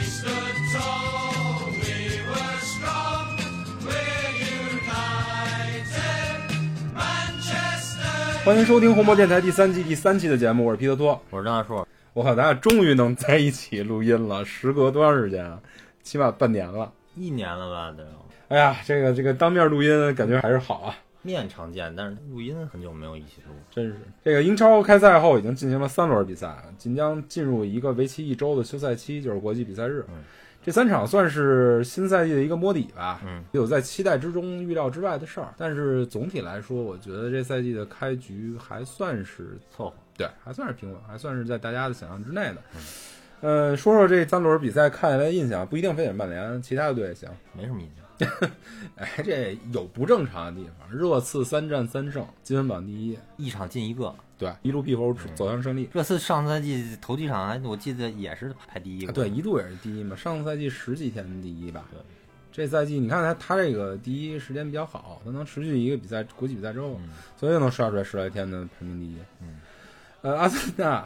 stood tall, we were strong, we're united, Manchester. 欢迎收听红魔电台第3季第3期的节目，我是皮特托， 我是张大硕。 我靠，咱俩终于能在一起录音了，时隔多长时间啊？起码半年了 ，1年了吧？得有。 哎呀，这个当面录音感觉还是好啊。 面常见，但是录音很久没有一起录。 真是，这个英超开赛后已经进行了3轮比赛，即将进入一个为期1周的休赛期，就是国际比赛日。这3场算是新赛季的一个摸底吧。有在期待之中、预料之外的事儿，但是总体来说，我觉得这赛季的开局还算是凑合， 对，还算是平稳，还算是在大家的想象之内的。说说这3轮比赛看下来印象，不一定非得曼联，其他的队也行。 没什么印象。 哎，这有不正常的地方。热刺3战3胜，积分榜第一， 一场进1个， 对，一路屁猴走向胜利。 热刺上赛季头几场我记得也是排第一个， 对，一度也是第一嘛。上个赛季10几天第一吧。 对， 这赛季你看他这个第一时间比较好，他能持续一个比赛国际比赛之后，所以能刷出来10来天的排名第一。阿森纳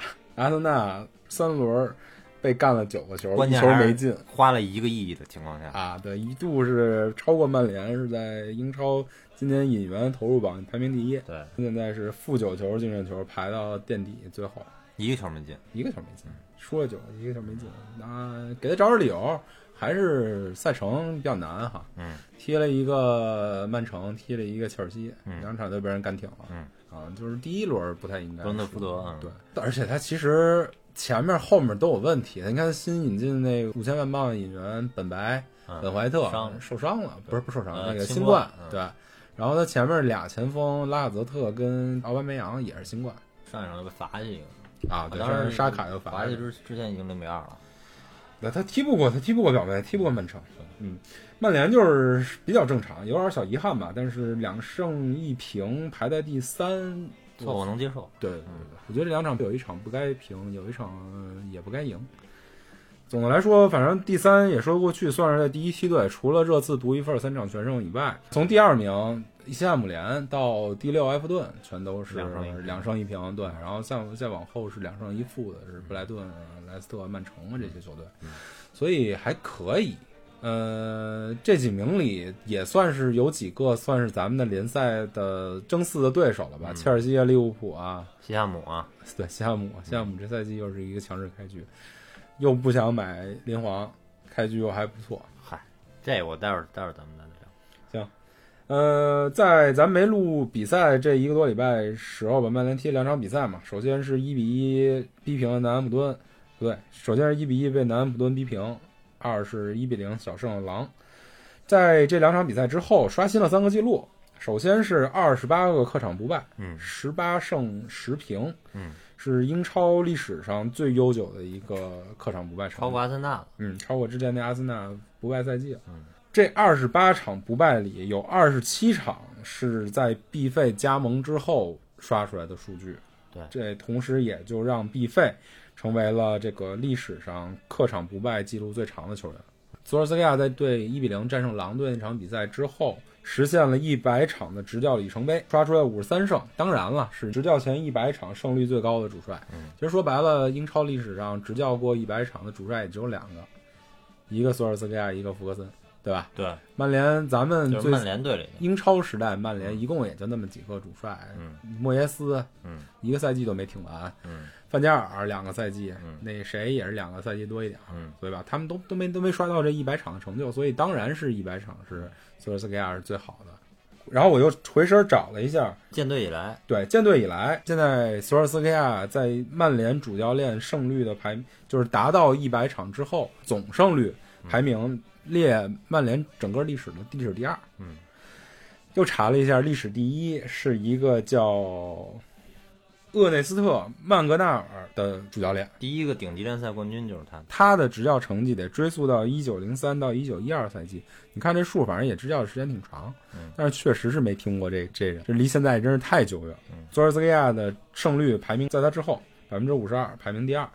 3轮被干了9个球，1球没进， 花了1个亿的情况下啊，对，一度是超过曼联，是在英超今年引援投入榜排名第一。 对， 现在是负9球净胜球，排到垫底最后 ，1个球没进 ，1个球没进，输了9个，1个球没进。给他找点理由，还是赛程比较难哈。踢了一个曼城，踢了一个切尔西，2场都被人干挺了。就是第一轮不太应该。 伦特福德， 对，而且他其实前面后面都有问题。你看新引进那个5000万镑的引援本怀特受伤了，不受伤，那个新冠，对。然后他前面俩前锋拉卡泽特跟奥巴梅扬也是新冠， 上一场就被罚下一个啊，对，当时沙卡又罚下去之前已经0-2了。 对，他踢不过表妹，踢不过曼城。曼联就是比较正常，有点小遗憾吧，但是2胜1平排在第3， 凑合能接受。 对，我觉得这2场有一场不该平，有一场也不该赢。总的来说，反正第3也说得过去，算是在第一梯队，除了热刺独一份3场全胜以外，从第2名西汉姆联到第6埃弗顿，全都是2胜1平。对，然后再往后是2胜1负的，是布莱顿、莱斯特、曼城这些球队，所以还可以。这几名里也算是有几个算是咱们的联赛的争四的对手了吧？切尔西啊、利物浦啊、 西汉姆啊， 对，西汉姆这赛季又是一个强势开局，又不想买林皇，开局又还不错。 嗨，这我待会儿咱们再聊。 行，在咱没录比赛这1个多礼拜时候吧，曼联踢2场比赛嘛。首先是1-1逼平了南安普敦，不对，首先是1-1被南安普敦逼平。2是1-0小胜了狼。在这2场比赛之后刷新了3个记录，首先是28个客场不败，18胜10平，是英超历史上最悠久的一个客场不败成绩， 超过阿森纳了， 超过之前的阿森纳不败赛季了。这28场不败里有27场是在毕费加盟之后刷出来的数据， 对， 这同时也就让毕费成为了这个历史上客场不败记录最长的球员。索尔斯克亚在对1-0战胜狼队那场比赛之后，实现了100场的执教里程碑，刷出来53胜。当然了，是执教前100场胜率最高的主帅。其实说白了，英超历史上执教过100场的主帅也只有2个，一个索尔斯克亚，一个福格森，对吧？对，曼联咱们就是曼联队里的英超时代，曼联一共也就那么几个主帅，莫耶斯，一个赛季都没挺完，范加尔2个赛季，那谁也是2个赛季多一点，对吧？他们都没刷到这100场的成就，所以当然是100场是索尔斯克亚是最好的。然后我又回身找了一下，建队以来，现在索尔斯克亚在曼联主教练胜率的就是达到100场之后，总胜率排名列曼联整个历史第2。又查了一下，历史第1是一个叫厄内斯特·曼格纳尔的主教练， 第一个顶级联赛冠军就是他的执教成绩得追溯到1903到1912赛季。你看这数，反正也执教的时间挺长，但是确实是没听过这人，这离现在真是太久远了。索尔斯克亚的胜率排名在他之后52%，排名第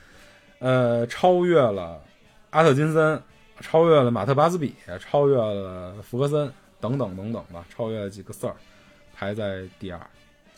2，超越了阿特金森，超越了马特巴斯比，超越了福格森等等吧，超越了几个Sir，排在第2。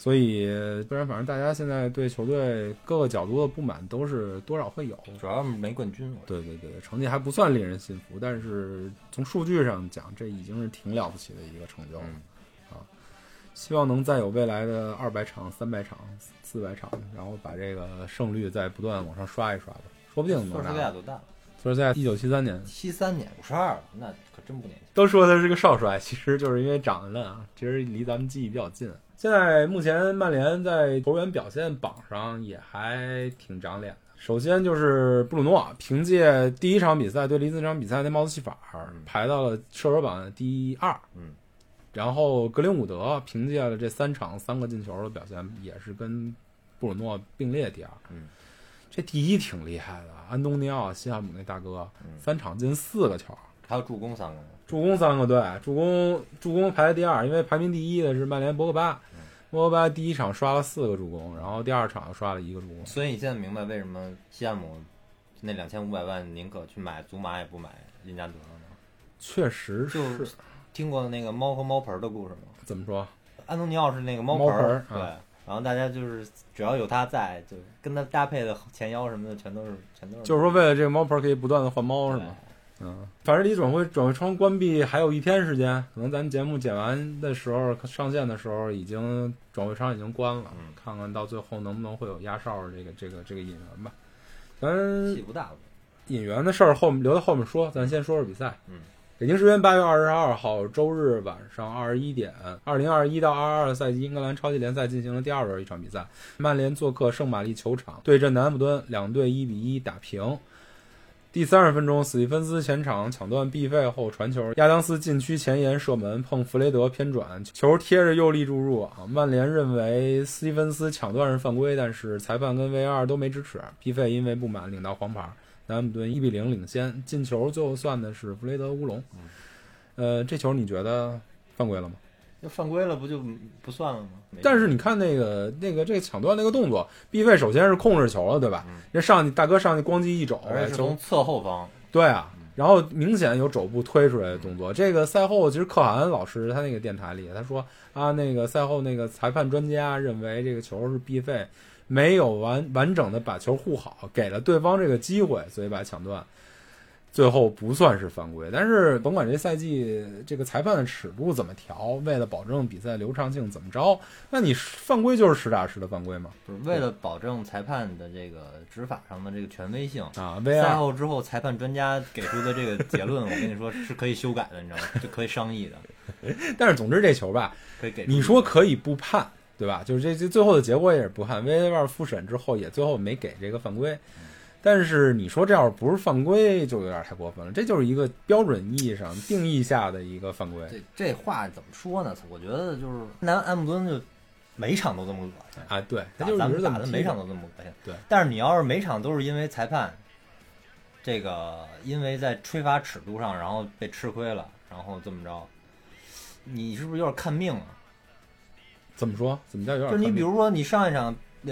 所以不然反正大家现在对球队各个角度的不满都是多少会有， 主要是没冠军。 对，成绩还不算令人信服，但是从数据上讲，这已经是挺了不起的一个成就了。希望能再有未来的200场、300场、400场，然后把这个胜率再不断往上刷一刷吧，说不定能拿。 索尔斯克亚多大？ 索尔斯克亚1973年 73年，52了，那可真不年轻。 都说他是个少帅，其实就是因为长得嫩啊，其实离咱们记忆比较近。现在目前曼联在球员表现榜上也还挺长脸的。首先就是布鲁诺，凭借第一场比赛对利兹那场比赛那帽子戏法，排到了射手榜的第2。然后格林伍德凭借了这3场3个进球的表现，也是跟布鲁诺并列第2。这第1挺厉害的，安东尼奥西汉姆那大哥，3场进4个球， 还有助攻3个呢。 助攻3个，对，助攻排在第2，因为排名第1的是曼联博格巴。博格巴第一场刷了4个助攻，然后第2场刷了1个助攻。 所以你现在明白为什么西汉姆那2500万宁可去买祖马也不买林加德了吗？ 确实是。 就听过那个猫和猫盆的故事吗？ 怎么说？ 安东尼奥是那个猫盆，对，然后大家就是只要有他在，就跟他搭配的前腰什么的全都是。 就是说，为了这个猫盆可以不断的换猫是吗？反正离转会窗关闭还有1天时间，可能咱节目剪完的时候上线的时候，转会窗已经关了，看看到最后能不能会有压哨的这个引援吧。咱戏不大， 引援的事儿留到后面说，咱先说说比赛。北京时间8月22号周日晚上21点，2021到22赛季英格兰超级联赛进行了第2轮一场比赛，曼联做客圣玛丽球场对阵南安普敦，两队1-1打平。第30分钟，史蒂芬斯前场抢断必费后传球，亚当斯禁区前沿射门碰弗雷德偏转，球贴着右力注入。曼联认为斯蒂芬斯抢断是犯规，但是裁判跟 VAR 都没支持，必费因为不满领到黄牌。南安普顿1-0领先，进球最后算的是弗雷德乌龙。这球你觉得犯规了吗？ 就犯规了，不就不算了吗？ 但是你看这个抢断那个动作，必费首先是控制球了，对吧？这大哥上去咣叽一肘， 而且是从侧后方。 对啊，然后明显有肘部推出来的动作。这个赛后其实可汗老师他那个电台里他说啊，那个赛后那个裁判专家认为这个球是必费。没有完整的把球护好，给了对方这个机会，所以把抢断，最后不算是犯规。但是甭管这赛季这个裁判的尺度怎么调，为了保证比赛流畅性怎么着，那你犯规就是实打实的犯规嘛？ 不是为了保证裁判的这个执法上的这个权威性啊。 赛后之后，裁判专家给出的这个结论，我跟你说是可以修改的，你知道吗？就可以商议的。 但是总之这球吧， 可以给你说可以不判。对吧？就是这最后的结果也是不判 ，VAR 复审之后也最后没给这个犯规。但是你说这要是不是犯规，就有点太过分了。这就是一个标准意义上定义下的一个犯规。 这话怎么说呢？我觉得就是南安普敦就每场都这么恶心啊！对，他就是咱们打的每场都这么恶心。 对， 但是你要是每场都是因为裁判这个因为在吹罚尺度上，然后被吃亏了，然后这么着，你是不是有点看命啊？ 怎么说？怎么叫有点？ 就你比如说，你上一场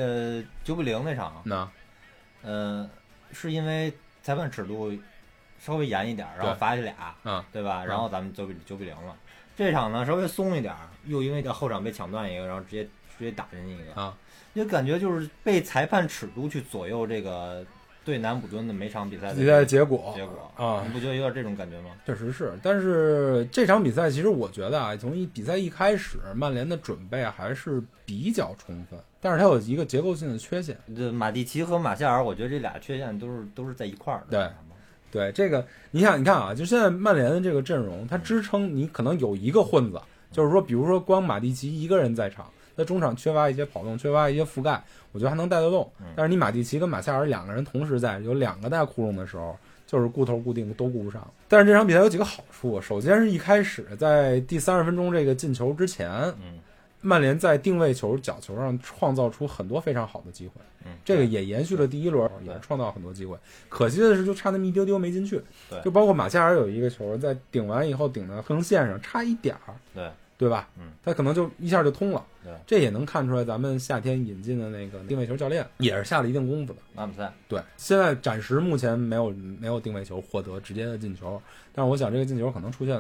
9-0那场，是因为裁判尺度稍微严一点，然后罚起俩，对吧？然后咱们9-0了。这场呢稍微松一点，又因为后场被抢断一个，然后直接打进一个啊，就感觉就是被裁判尺度去左右这个对南普敦的每场比赛的结果啊，你不觉得有点这种感觉吗？ 确实是，但是这场比赛其实我觉得啊，从比赛一开始，曼联的准备还是比较充分，但是它有一个结构性的缺陷。 马蒂奇和马夏尔，我觉得这俩缺陷都是在一块儿的。 对，这个你看啊，就现在曼联的这个阵容，它支撑你可能有一个混子，就是说，比如说光马蒂奇一个人在场。在中场缺乏一些跑动，缺乏一些覆盖，我觉得还能带得动。但是你马蒂奇跟马夏尔两个人同时在，有两个带窟窿的时候，就是顾头固定都顾不上。但是这场比赛有几个好处，首先是一开始在第30分钟这个进球之前，曼联在定位球、角球上创造出很多非常好的机会。这个也延续了第一轮，也创造很多机会。可惜的是，就差那么一丢丢没进去。就包括马夏尔有一个球在顶完以后顶到横线上，差一点儿。对吧？他可能就一下就通了。这也能看出来，咱们夏天引进的那个定位球教练也是下了一定功夫的。 马姆塞对，现在暂时目前没有定位球获得直接的进球，但是我想这个进球可能出现的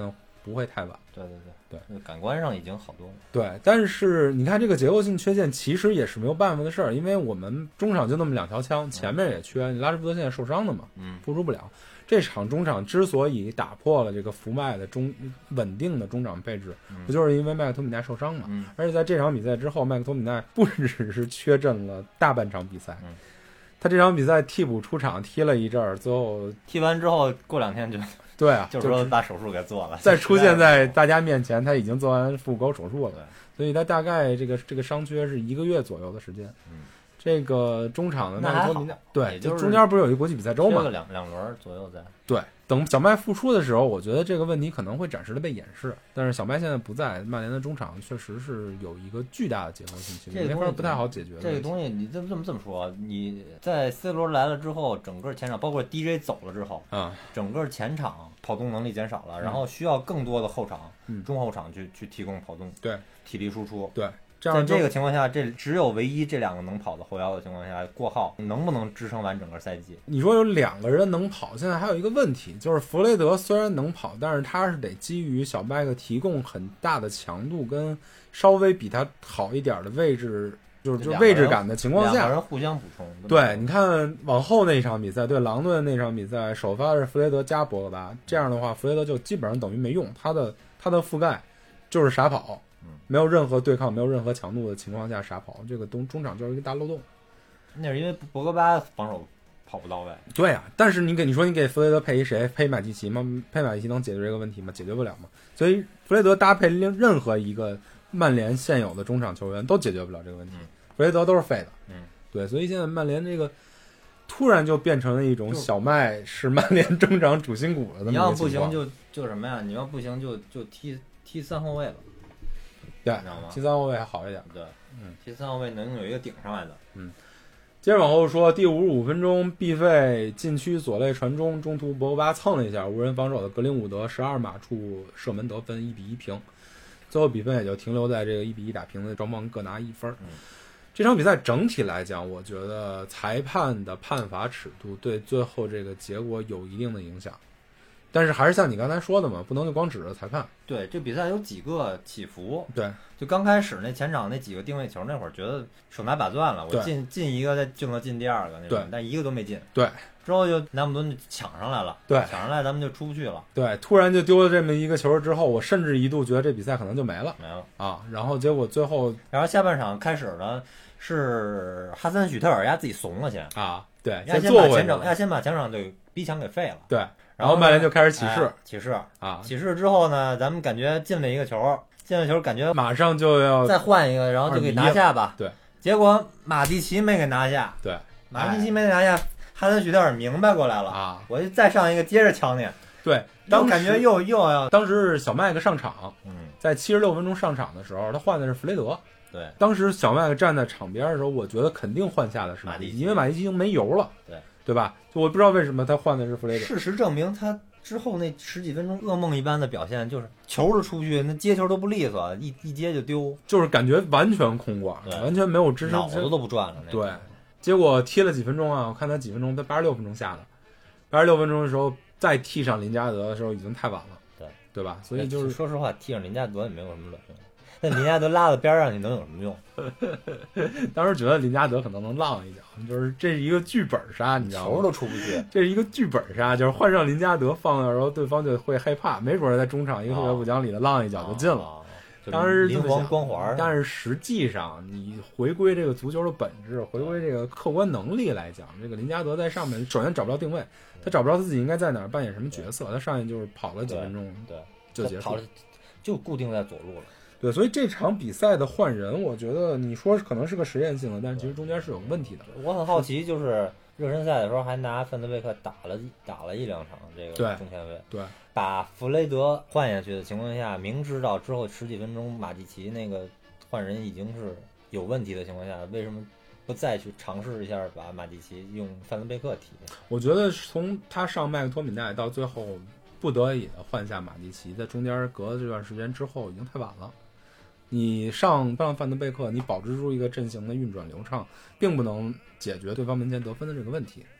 不会太晚。 对，感官上已经好多了。 对，但是你看这个结构性缺陷其实也是没有办法的事儿，因为我们中场就那么2条枪，前面也缺，你拉什福德现在受伤的嘛，复出不了。这场中场之所以打破了这个福麦的稳定的中场配置，不就是因为麦克托米奈受伤嘛？而且在这场比赛之后，麦克托米奈不只是缺阵了大半场比赛，他这场比赛替补出场踢了一阵儿，最后踢完之后过2天就对啊， 就是说把手术给做了， 再出现在大家面前，他已经做完腹股沟手术了，所以他大概这个伤缺是1个月左右的时间。这个中场的麦克托米奈，对，就中间不是有一国际比赛周嘛， 缺了两轮左右在。 对，等小麦复出的时候，我觉得这个问题可能会暂时的被掩饰。但是小麦现在不在，曼联的中场确实是有一个巨大的结构性缺陷，没法不太好解决。 这个东西你这么说，你在 C 罗来了之后，整个前场包括 DJ 走了之后整个前场跑动能力减少了，然后需要更多的后场、中后场去提供跑动， 对， 体力输出， 对。 在这个情况下，这只有唯一这2个能跑的后腰的情况下，过号能不能支撑完整个赛季？ 你说有2个人能跑，现在还有一个问题，就是弗雷德虽然能跑，但是他是得基于小麦克提供很大的强度跟稍微比他好一点的位置，就是位置感的情况下， 两个人互相补充。 对，你看往后那场比赛，对狼队那场比赛，首发是弗雷德加博格巴，这样的话，弗雷德就基本上等于没用，他的覆盖就是傻跑。没有任何对抗，没有任何强度的情况下傻跑，这个中场就是一个大漏洞。 那是因为博格巴防守跑不到位。 对啊，但是你给弗雷德配一谁？配马蒂奇吗？配马蒂奇能解决这个问题吗？解决不了嘛。所以弗雷德搭配任何一个曼联现有的中场球员都解决不了这个问题。弗雷德都是废的。对，所以现在曼联这个突然就变成了一种小麦是曼联中场主心骨了的。 你要不行就什么呀？你要不行就踢3后卫了。 对，踢3后卫还好一点。 对，踢3后卫能有一个顶上来的。 接着往后说，第55分钟，毕费禁区左肋传中，中途博格巴蹭了一下无人防守的格林伍德12码处射门得分，1-1平。最后比分也就停留在这个1-1打平的双方各拿1分。这场比赛整体来讲，我觉得裁判的判罚尺度对最后这个结果有一定的影响。但是还是像你刚才说的嘛，不能就光指着裁判。 对，这比赛有几个起伏。 对， 就刚开始那前场那几个定位球，那会儿觉得手拿把攥了，我进一个就能进第2个那种，但一个都没进。 对， 之后就南姆顿就抢上来了， 对， 抢上来咱们就出不去了。 对，突然就丢了这么一个球之后，我甚至一度觉得这比赛可能就没了啊。然后结果最后， 然后下半场开始呢，是哈森许特尔家自己怂了先啊，对， 先把前场对逼抢给废了。 对。然后曼联就开始起势啊！起势之后呢，咱们感觉进了一个球，感觉马上就要再换一个，然后就给拿下吧。 对， 结果马蒂奇没给拿下。 对， 马蒂奇没给拿下，哈森许特尔明白过来了啊！ 我就再上一个，接着抢你。 对， 当感觉又要， 当时是小麦克上场，在76分钟上场的时候，他换的是弗雷德。 对， 当时小麦克站在场边的时候，我觉得肯定换下的是马蒂奇，因为马蒂奇已经没油了。对吧？就我不知道为什么他换的是弗雷德。 事实证明，他之后那10几分钟噩梦一般的表现，就是球都出不去，那接球都不利索，一接就丢， 就是感觉完全空挂，完全没有支持， 脑子都不转了。 对，结果踢了几分钟啊？我看他几分钟，他86分钟下的，86分钟的时候再踢上林加德的时候已经太晚了，对吧？所以就是说实话，踢上林加德也没有什么卵用。那林加德拉到边上，你能有什么用？ 当时觉得林加德可能能浪一脚，就是这是一个剧本杀，你知道吗？ 球都出不去， 这是一个剧本杀，就是换上林加德放那，然后对方就会害怕，没准在中场一个特别不讲理的浪一脚就进了。当时灵魂光环， 但是实际上你回归这个足球的本质，回归这个客观能力来讲，这个林加德在上面首先找不到定位，他找不到自己应该在哪儿扮演什么角色，他上去就是跑了几分钟，就结束了， 就固定在左路了。 对，所以这场比赛的换人，我觉得你说可能是个实验性的，但是其实中间是有问题的。 我很好奇，就是热身赛的时候还拿范德贝克打了1-2场这个中前卫， 对， 把弗雷德换下去的情况下，明知道之后10几分钟马蒂奇那个换人已经是有问题的情况下，为什么不再去尝试一下把马蒂奇用范德贝克踢？ 我觉得从他上麦克托米奈到最后不得已的换下马蒂奇，在中间隔了这段时间之后已经太晚了。你上范德贝克，你保持住一个阵型的运转流畅，并不能解决对方门前得分的这个问题。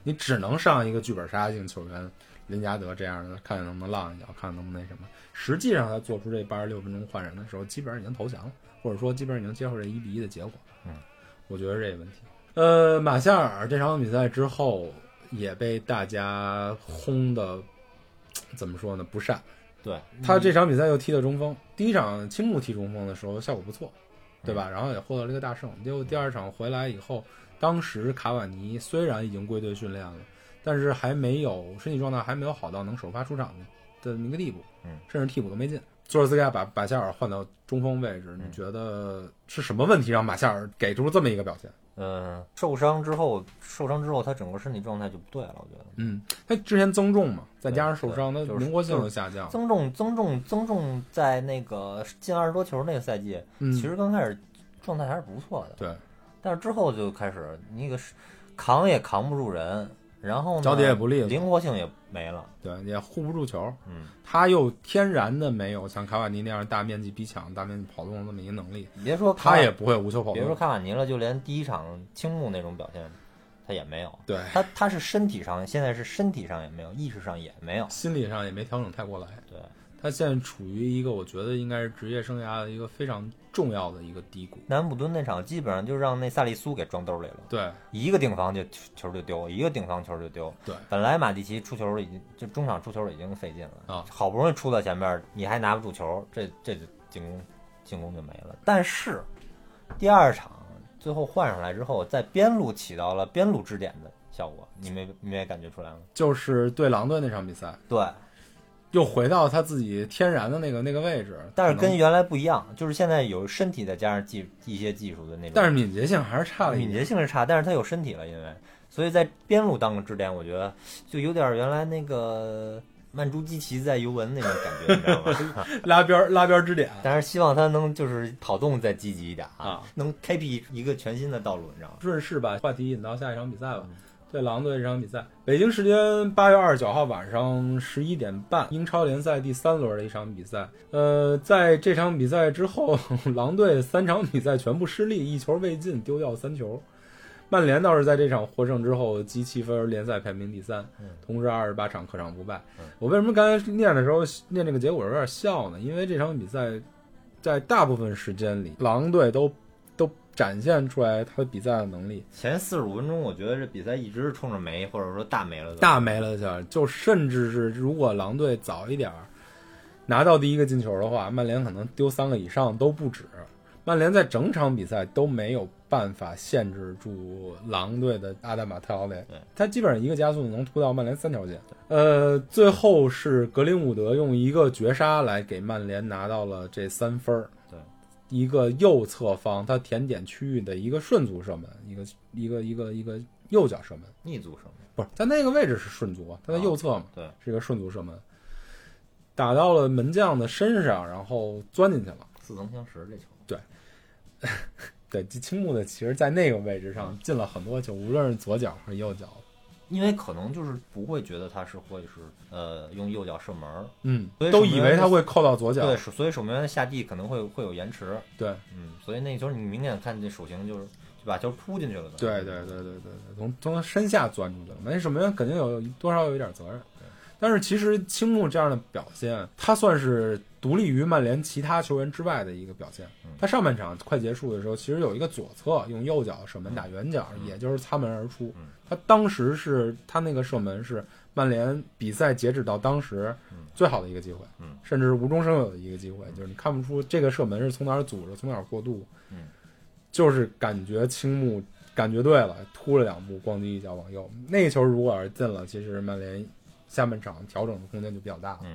你只能上一个剧本杀性球员林加德这样的，看看能不能浪一脚，看看能不能那什么。实际上他做出这86分钟换人的时候，基本上已经投降了，或者说基本上已经接受这1-1的结果。我觉得这个问题。马夏尔这场比赛之后也被大家轰的，怎么说呢？不善。 对， 他这场比赛又踢的中锋，第一场青木踢中锋的时候效果不错，对吧？然后也获得了一个大胜。结果第二场回来以后，当时卡瓦尼虽然已经归队训练了，但是还没有身体状态还没有好到能首发出场的一个地步，甚至替补都没进。佐尔斯盖把马夏尔换到中锋位置，你觉得是什么问题让马夏尔给出这么一个表现？ 受伤之后他整个身体状态就不对了，我觉得。 他之前增重嘛，再加上受伤，他灵活性就下降。 增重在那个进20多球那个赛季，其实刚开始状态还是不错的。 对， 但是之后就开始那个扛也扛不住人，然后呢脚底也不利索， 灵活性也没了， 对，也护不住球。他又天然的没有像卡瓦尼那样大面积逼抢、大面积跑动的这么一个能力。 别说他也不会无球跑动。 别说卡瓦尼了，就连第一场青木那种表现，他也没有。 对， 他是身体上，现在是身体上也没有，意识上也没有， 心理上也没调整太过来。 对， 他现在处于一个我觉得应该是职业生涯的一个非常重要的一个低谷。 南安普敦那场基本上就让那萨利苏给装兜里了。 对， 一个顶防球就丢，一个顶防球就丢。 对， 本来马蒂奇出球已经就中场出球已经费劲了啊， 好不容易出到前面，你还拿不住球，这进攻就没了。但是第二场最后换上来之后，在边路起到了边路支点的效果，你没感觉出来吗？ 就是对狼队那场比赛， 对。 又回到他自己天然的那个位置， 但是跟原来不一样，就是现在有身体再加上一些技术的那种， 但是敏捷性还是差了一点。 敏捷性是差，但是他有身体了，因为所以在边路当个支点，我觉得就有点原来那个曼朱基奇在尤文那种感觉，你知道吗？ 拉边支点。 但是希望他能就是跑动再积极一点啊，能开辟一个全新的道路，你知道吗？ 顺势把话题引到下一场比赛吧。对狼队这场比赛，北京时间8月29号晚上11点半，英超联赛第3轮的一场比赛。在这场比赛之后，狼队3场比赛全部失利，1球未进，丢掉3球。曼联倒是在这场获胜之后积7分，联赛排名第3，同时28场客场不败。我为什么刚才念的时候念这个结果有点笑呢？因为这场比赛在大部分时间里，狼队都展现出来他比赛的能力。 前45分钟，我觉得这比赛一直是冲着没，或者说大没了的，就甚至是如果狼队早一点拿到第一个进球的话，曼联可能丢3个以上都不止。曼联在整场比赛都没有办法限制住狼队的阿达马特劳雷，他基本上一个加速能突到曼联3条线。最后是格林伍德用一个绝杀来给曼联拿到了这3分。一个右侧方他甜点区域的一个顺足射门，一个右脚射门， 逆足射门不是在那个位置是顺足，他在右侧嘛， 对， 是一个顺足射门，打到了门将的身上，然后钻进去了， 似曾相识这球。 对，对，青木的其实在那个位置上进了很多球，无论是左脚还是右脚。 因为可能就是不会觉得他是会是用右脚射门， 都以为他会扣到左脚， 对，所以守门员下地可能会有延迟， 对， 所以那球你明显看这手型就是就把球扑进去了， 对，从身下钻出去了，那守门员肯定多少有一点责任，但是其实青木这样的表现，他算是独立于曼联其他球员之外的一个表现。他上半场快结束的时候，其实有一个左侧用右脚射门打远角，也就是擦门而出。他当时是他那个射门是曼联比赛截止到当时最好的一个机会，甚至是无中生有的一个机会，就是你看不出这个射门是从哪儿组织，从哪儿过渡，就是感觉青木感觉对了，突了2步，咣叽一脚往右。那个球如果要是进了，其实曼联下半场调整的空间就比较大了。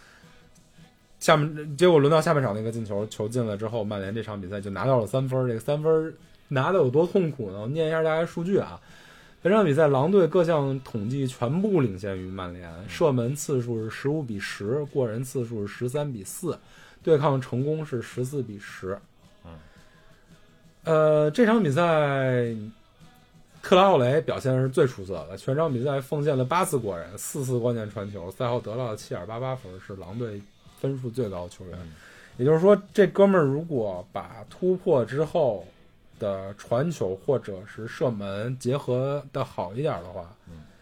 结果轮到下半场那个进球进了之后，曼联这场比赛就拿到了3分。这个3分拿的有多痛苦呢？我念一下大家数据啊。本场比赛狼队各项统计全部领先于曼联，射门次数是15-10，过人次数是13-4，对抗成功是14-10。这场比赛克拉奥雷表现是最出色的，全场比赛奉献了8次过人，4次关键传球，赛后得到了7.88分，是狼队分数最高的球员。也就是说，这哥们儿如果把突破之后的传球或者是射门结合的好一点的话，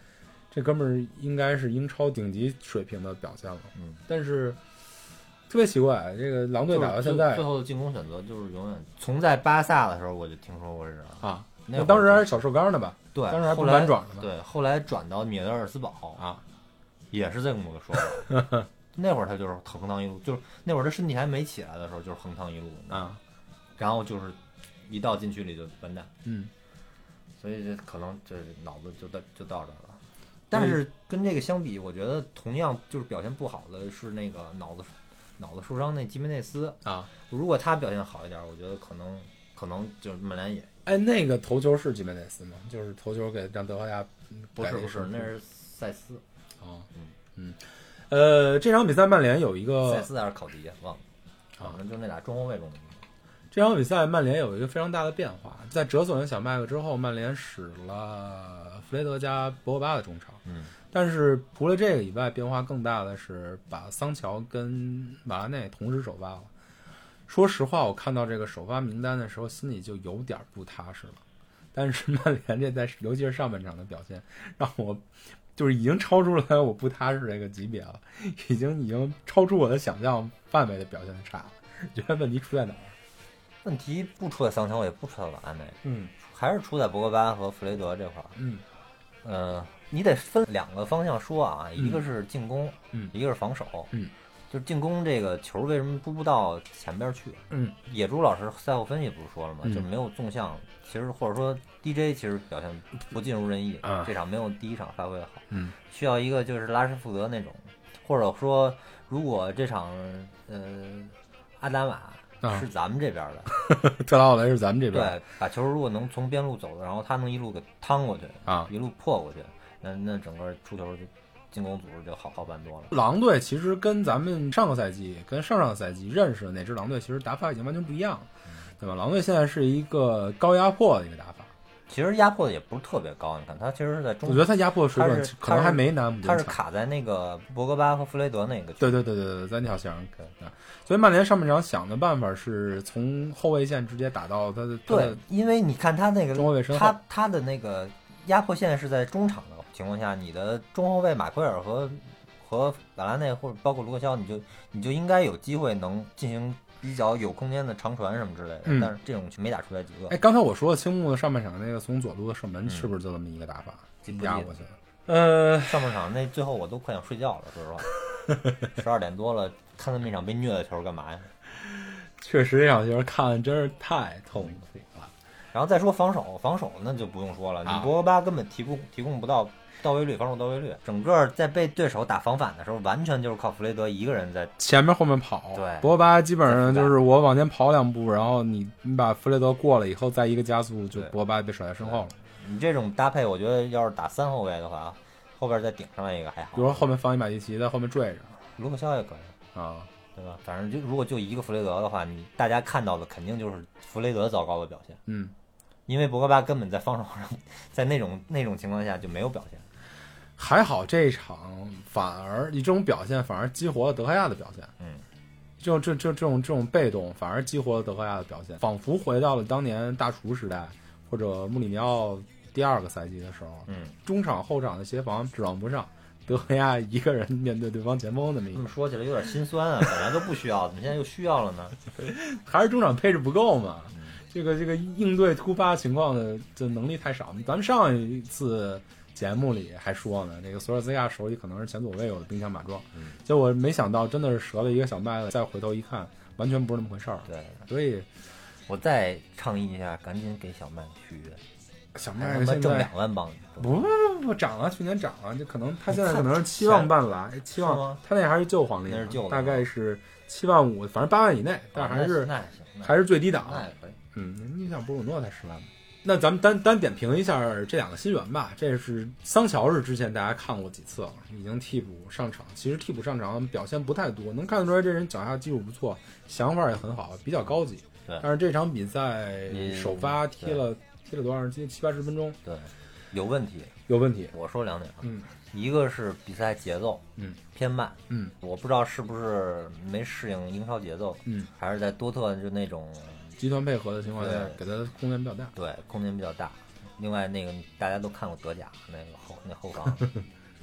这哥们儿应该是英超顶级水平的表现了。但是特别奇怪，这个狼队打到现在， 最后的进攻选择就是永远从在巴萨的时候我就听说过这人啊，那当时还是小瘦杆呢吧？ 对， 当时还不敢转呢。 对，后来转到米德尔斯堡啊， 也是这么个说法。那会儿他就是横趟一路，就是那会儿他身体还没起来的时候，就是横趟一路啊， 然后就是一到禁区里就完蛋。所以这可能这脑子就到这儿了。但是跟这个相比，我觉得同样就是表现不好的是那个脑子受伤那基梅内斯啊。 如果他表现好一点，我觉得可能就是曼联也。 哎，那个头球是基梅内斯吗？就是头球给让德赫亚不是，那是塞斯。 哦，这场比赛曼联有一个塞斯还是考迪忘了，反正就那俩中后卫中的。 这场比赛曼联有一个非常大的变化，在折损了小麦克之后，曼联使了弗雷德加博格巴的中场。但是除了这个以外，变化更大的是把桑乔跟瓦拉内同时首发了。说实话，我看到这个首发名单的时候，心里就有点不踏实了。但是曼联这在尤其是上半场的表现，让我就是已经超出了我不踏实这个级别了，已经超出我的想象范围的表现的差了。觉得问题出在哪儿？ 问题不出在桑乔，也不出在瓦拉内，还是出在博格巴和弗雷德这块儿。你得分两个方向说啊，一个是进攻，一个是防守。就是进攻这个球为什么不到前边去？野猪老师赛后分析不是说了吗？就没有纵向，其实或者说 DJ 其实表现不尽如人意，这场没有第一场发挥的好。需要一个就是拉什福德那种，或者说如果这场阿达玛是咱们这边的， 特拉奥雷是咱们这边， 对，把球如果能从边路走的，然后他能一路给趟过去一路破过去，那整个出球就。进攻组织就好办多了。 狼队其实跟咱们上个赛季跟上个赛季认识的那支狼队其实打法已经完全不一样了，对吧？狼队现在是一个高压迫的一个打法， 其实压迫的也不是特别高，你看他其实是在中， 我觉得他压迫水准可能还没南姆， 他是卡在那个博格巴和弗雷德那个， 对，在那条线上。所以曼联上半场想的办法是从后卫线直接打到他的， 对，因为你看他那个中后卫身后， 他的那个压迫线是在中场的情况下，你的中后卫马奎尔和瓦拉内或者包括卢克肖，你就应该有机会能进行比较有空间的长传什么之类的，但是这种没打出来几个。 哎，刚才我说的青木的上半场那个从左路的射门，是不是就这么一个打法？压过去了。 上半场那最后我都快想睡觉了，说实话，12点多了，看那么一场被虐的球干嘛呀？ 确实这场球看的真是太痛苦了。 然后再说防守那就不用说了，你博格巴根本提供不到到位率，防守到位率，整个在被对手打防反的时候，完全就是靠弗雷德一个人在前面后面跑。 对， 博格巴基本上就是我往前跑2步，然后你把弗雷德过了以后，再一个加速，就博格巴被甩在身后了。 你这种搭配，我觉得要是打3后卫的话，后边再顶上一个还好。 比如说后面放一马蒂奇在后面坠着， 卢克肖也可以啊， 对吧？反正如果就一个弗雷德的话，大家看到的肯定就是弗雷德糟糕的表现。因为博格巴根本在防守上，在那种情况下就没有表现。 还好这一场反而以这种表现反而激活了德赫亚的表现。这种被动反而激活了德赫亚的表现，仿佛回到了当年大厨时代或者穆里尼奥第2个赛季的时候。中场后场的协防指望不上，德赫亚一个人面对对方前锋那么一个。 这么说起来有点心酸啊，本来都不需要，怎么现在又需要了呢？ 还是中场配置不够嘛？这个应对突发情况的这能力太少。咱们上一次节目里还说呢，这个索尔斯克亚手里可能是前左卫有的兵强马壮，结果没想到真的是折了一个小麦子，再回头一看，完全不是那么回事儿。 对， 所以我再倡议一下，赶紧给小麦续约。 小麦现在挣2万镑， 不涨了，去年涨了，就可能他现在可能是7万半来，7万，他那还是旧黄历， 那是旧的， 大概是7万5，反正8万以内，但还是还是最低档。 那也可以。 你想布鲁诺才10万吗？那咱们单点评一下这2个新援吧。这是桑乔，是之前大家看过几次了，已经替补上场。其实替补上场表现不太多，能看得出来这人脚下技术不错，想法也很好，比较高级。 对。 但是这场比赛首发踢了多少？踢70-80分钟。 对，有问题。我说2点。一个是比赛节奏，偏慢。我不知道是不是没适应英超节奏，还是在多特就那种。 集团配合的情况下，给他空间比较大。 对，空间比较大。另外，那个大家都看过德甲那后防，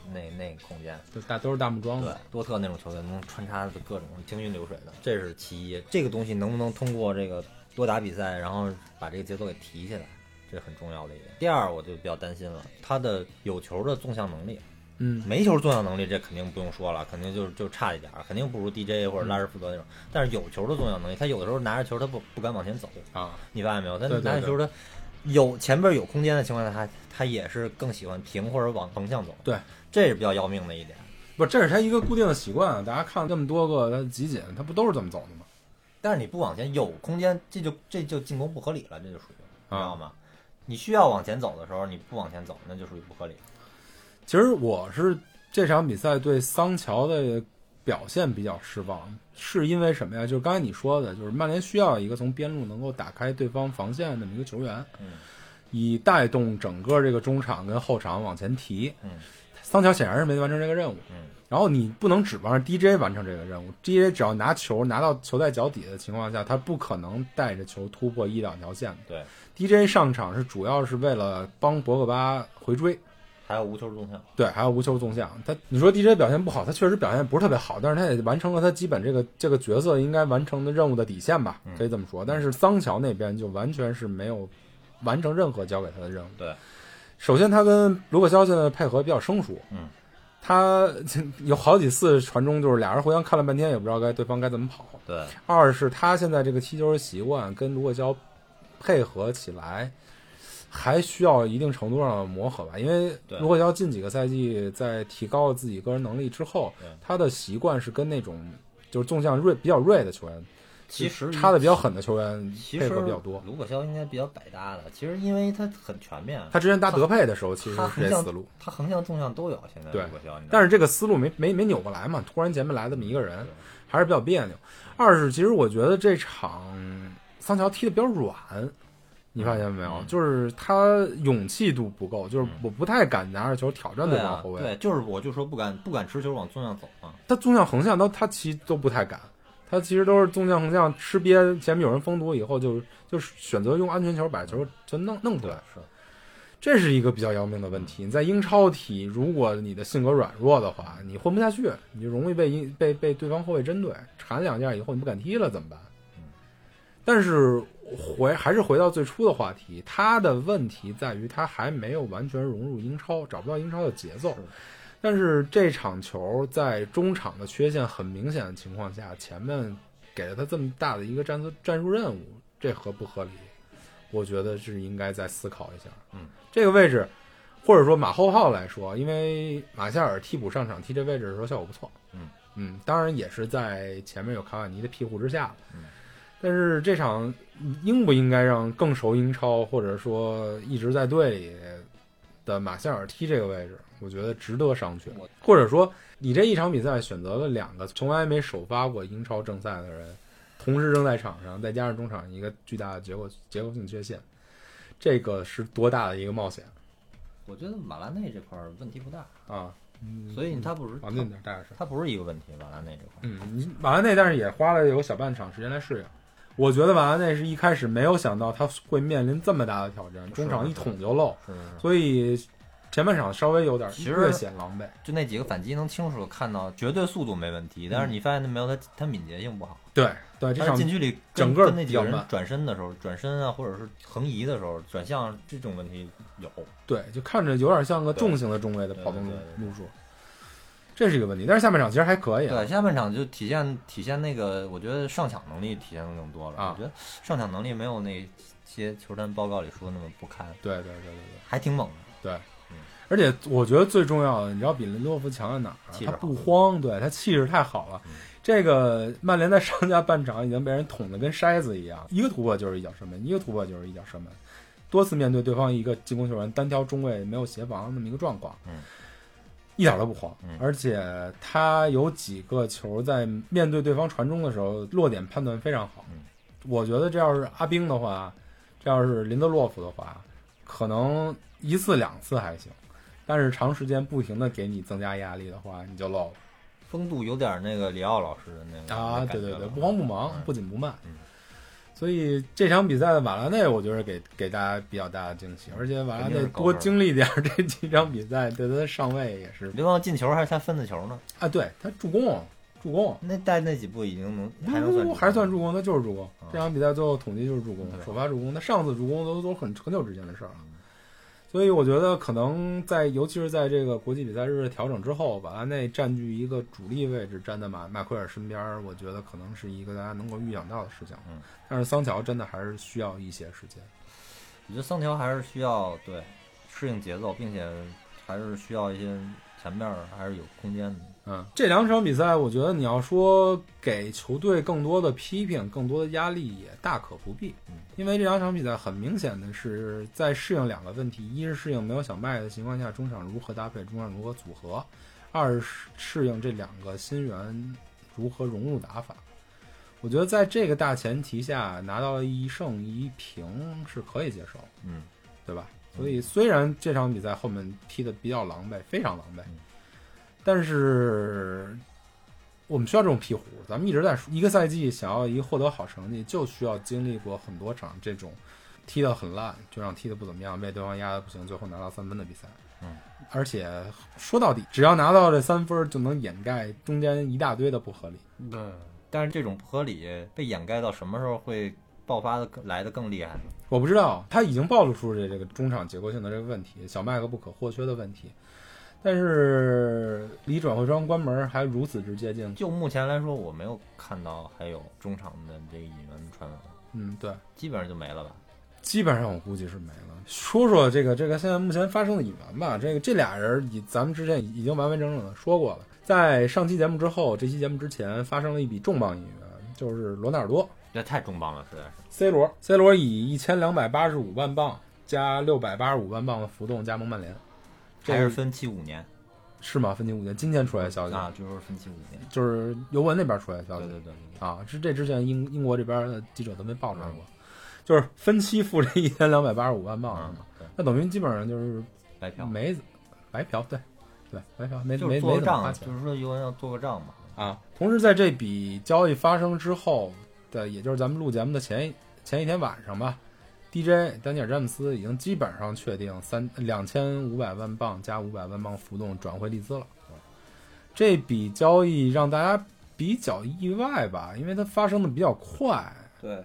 那个空间， 都是大木桩的，对，多特那种球队能穿插的各种行云流水的，这是其一。这个东西能不能通过这个多打比赛，然后把这个节奏给提起来，这是很重要的一点。第二，我就比较担心了，他的有球的纵向能力。没球纵向能力这肯定不用说了，肯定就差一点，肯定不如 DJ 或者拉什福德那种。但是有球的纵向能力，他有的时候拿着球他不敢往前走啊，你发现没有？他拿着球他有前边有空间的情况下，他也是更喜欢平或者往横向走。 对， 这是比较要命的一点。 不，这是他一个固定的习惯啊。大家看这么多个他集锦，他不都是这么走的吗？ 但是你不往前有空间，这就进攻不合理了，这就属于知道吗？你需要往前走的时候，你不往前走，那就属于不合理。 其实我是这场比赛对桑乔的表现比较失望，是因为什么呀？就是刚才你说的，就是曼联需要一个从边路能够打开对方防线的这么一个球员，以带动整个这个中场跟后场往前提。桑乔显然是没完成这个任务。然后你不能指望着 DJ 完成这个任务 ，DJ 只要拿球拿到球在脚底的情况下，他不可能带着球突破1-2条线。 对 ，DJ 上场是主要是为了帮博格巴回追。 还有无球纵向， 对，还有无球纵向。你说 DJ 表现不好，他确实表现不是特别好，但是他也完成了他基本这个角色应该完成的任务的底线吧，可以这么说。但是桑乔那边就完全是没有完成任何交给他的任务。 对， 首先他跟卢克肖现在配合比较生疏，他有好几次传中就是俩人互相看了半天也不知道对方该怎么跑。 对， 二是他现在这个踢球的习惯跟卢克肖配合起来。还需要一定程度上的磨合吧，因为卢克肖近几个赛季在提高了自己个人能力之后，他的习惯是跟那种就是纵向比较锐的球员， 其实插的比较狠的球员配合比较多。 卢克肖应该比较百搭的，其实因为他很全面。 他之前搭德佩的时候，其实是这思路， 他横向纵向都有。现在对卢克肖， 但是这个思路没扭过来嘛，突然前面来这么一个人，还是比较别扭。二是其实我觉得这场桑乔踢的比较软。你发现没有？就是他勇气度不够，就是我不太敢拿着球挑战对方后卫。 对，就是我就说不敢持球往纵向走嘛。 他纵向横向他其实都不太敢，他其实都是纵向横向吃瘪，前面有人封堵以后就选择用安全球把球就弄出来。 是， 这是一个比较要命的问题。你在英超踢，如果你的性格软弱的话，你混不下去，你就容易被对方后卫针对，缠两下以后你不敢踢了怎么办？但是还是回到最初的话题，他的问题在于他还没有完全融入英超，找不到英超的节奏。但是这场球在中场的缺陷很明显的情况下，前面给了他这么大的一个战术任务，这合不合理？我觉得是应该再思考一下。这个位置，或者说马后炮来说，因为马夏尔替补上场踢这位置的时候效果不错。当然也是在前面有卡瓦尼的庇护之下。但是这场应不应该让更熟英超或者说一直在队里的马夏尔踢这个位置，我觉得值得商榷。或者说你这一场比赛选择了2个从来没首发过英超正赛的人同时扔在场上，再加上中场一个巨大的结构性缺陷，这个是多大的一个冒险？ 我觉得马拉内这块问题不大啊， 所以他不是他不是一个问题。马拉内这块， 马拉内但是也花了有小半场时间来适应。我觉得马拉内是一开始没有想到他会面临这么大的挑战，中场一捅就漏，所以前半场稍微有点略显狼狈。 就那几个反击能清楚看到，绝对速度没问题，但是你发现没有他敏捷性不好。 对，这场近距离整个那几个人转身的时候，转身啊，或者是横移的时候，转向这种问题有。 对，就看着有点像个重型的中卫的跑动路数。这是一个问题，但是下半场其实还可以。 对，下半场就体现那个，我觉得上抢能力体现的更多了。我觉得上抢能力没有那些球探报告里说那么不堪。 对， 还挺猛的。 对，而且我觉得最重要的，你知道比林多夫强在哪儿？他不慌，对他气势太好了。这个曼联在上下半场已经被人捅得跟筛子一样，一个突破就是一脚射门，一个突破就是一脚射门，多次面对对方一个进攻球员单挑中卫没有协防那么一个状况。一点都不慌，而且他有几个球在面对对方传中的时候落点判断非常好。我觉得这要是阿兵的话，这要是林德洛夫的话，可能1次2次还行，但是长时间不停的给你增加压力的话，你就漏了。 风度有点那个里奥老师的那个对，不慌不忙，不紧不慢。 所以这场比赛的瓦拉内，我觉得给大家比较大的惊喜，而且瓦拉内多经历点这几场比赛，对他的上位也是。 刘邦进球还是他分的球呢？ 啊，对他助攻， 那带那几步已经还算助攻，他就是助攻。这场比赛最后统计就是助攻，首发助攻。他上次助攻都很久之前的事了。所以我觉得可能尤其是在这个国际比赛日的调整之后，瓦拉内占据一个主力位置，站在马奎尔身边，我觉得可能是一个大家能够预想到的事情。但是桑乔真的还是需要一些时间。 我觉得桑乔还是需要适应节奏，并且还是需要一些前面还是有空间的。 这两场比赛，我觉得你要说给球队更多的批评、更多的压力也大可不必，因为这两场比赛很明显的是在适应两个问题：一是适应没有小麦的情况下中场如何搭配、中场如何组合；二是适应这两个新援如何融入打法。我觉得在这个大前提下拿到了1胜1平是可以接受，对吧？所以虽然这场比赛后面踢得比较狼狈，非常狼狈。但是我们需要这种鹈鹕，咱们一直在说，一个赛季想要获得好成绩，就需要经历过很多场这种踢得很烂，就让踢得不怎么样，被对方压得不行，最后拿到3分的比赛。而且说到底，只要拿到这3分，就能掩盖中间一大堆的不合理。 但是这种不合理被掩盖到什么时候会爆发的来的更厉害呢？ 我不知道，他已经暴露出这个中场结构性的这个问题，小麦克不可或缺的问题。但是离转会窗关门还如此之接近， 就目前来说，我没有看到还有中场的这个引援传闻。 对， 基本上就没了吧。 基本上我估计是没了。说说这个现在目前发生的引援吧。这俩人咱们之前已经完完整整的说过了。在上期节目之后，这期节目之前发生了一笔重磅引援，就是罗纳尔多。 这太重磅了，实在是。 C 罗以1285万镑加685万镑的浮动加盟曼联。 还是分期5年， 是吗？分期5年，今天出来的消息啊，就是分期5年， 就是尤文那边出来的消息。 对啊，这之前英国这边的记者都没报出来过，就是分期付这1285万镑，那等于基本上就是白嫖， 白嫖，对，白嫖，没做个账， 花钱， 就是说尤文要做个账嘛。 啊，同时在这笔交易发生之后的，也就是咱们录节目的前一天晚上吧。DJ 丹尼尔·詹姆斯已经基本上确定2500万镑加500万镑浮动转会利兹了。这笔交易让大家比较意外吧，因为它发生的比较快。 对。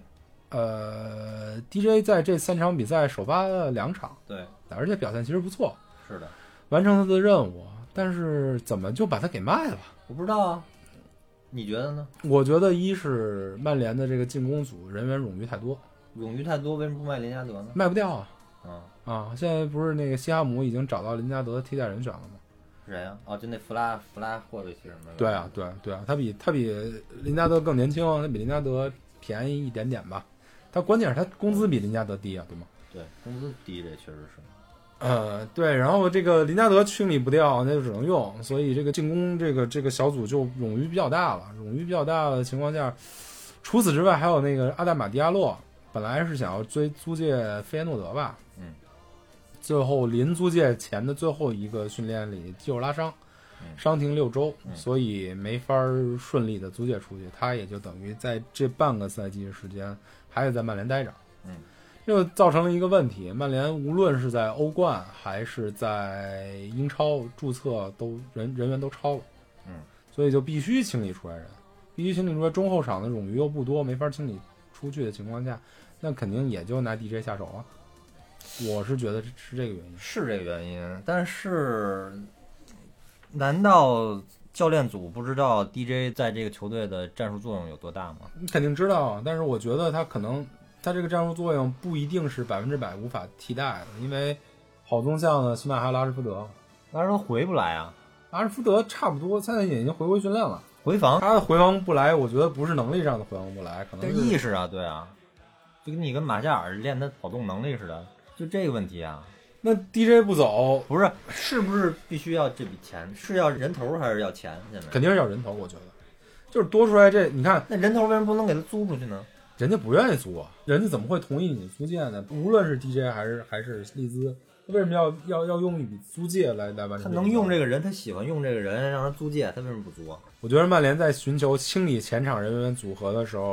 DJ 在这3场比赛首发了2场， 对， 而且表现其实不错。 是的， 完成他的任务，但是怎么就把他给卖了？ 我不知道啊，你觉得呢？ 我觉得一是曼联的这个进攻组人员冗余太多。 冗余太多，为什么不卖林加德呢？ 卖不掉啊！现在不是那个西汉姆已经找到林加德替代人选了吗？ 谁呀？哦，就那弗拉霍维奇什么的。 对啊，他比林加德更年轻，他比林加德便宜一点点吧。他关键是他工资比林加德低啊，对吗？ 对，工资低这确实是。 对，然后这个林加德清理不掉，那就只能用，所以这个进攻这个小组就冗余比较大了。冗余比较大的情况下，除此之外还有那个阿达马迪亚洛。本来是想要租借费耶诺德吧，最后临租借前的最后一个训练里肌肉拉伤，伤停6周，所以没法顺利的租借出去，他也就等于在这半个赛季的时间还得在曼联待着，这就造成了一个问题，曼联无论是在欧冠还是在英超注册都人员都超了，所以就必须清理出来人，中后场的冗余又不多，没法清理出去的情况下，那肯定也就拿 DJ 下手了。我是觉得是这个原因， 是这个原因。但是，难道教练组不知道 DJ 在这个球队的战术作用有多大吗？ 你肯定知道，但是我觉得他这个战术作用不一定是100%无法替代的，因为好宗相呢，起码还有拉什福德， 拉什福德回不来啊。 拉什福德差不多现在已经回归训练了。 回防， 他的回防不来，我觉得不是能力上的回防不来，可能是意识啊，对啊，就跟你跟马夏尔练他跑动能力似的，就这个问题啊。 那 DJ 不走， 是不是必须要这笔钱？是要人头还是要钱？现在肯定是要人头，我觉得就是多出来这，你看那人头为什么不能给他租出去呢？ 人家不愿意租啊，人家怎么会同意你租借呢？无论是 DJ 还是利兹。为什么要用一笔租借来完成？ 他能用这个人，他喜欢用这个人，让他租借，他为什么不租啊？ 我觉得曼联在寻求清理前场人员组合的时候，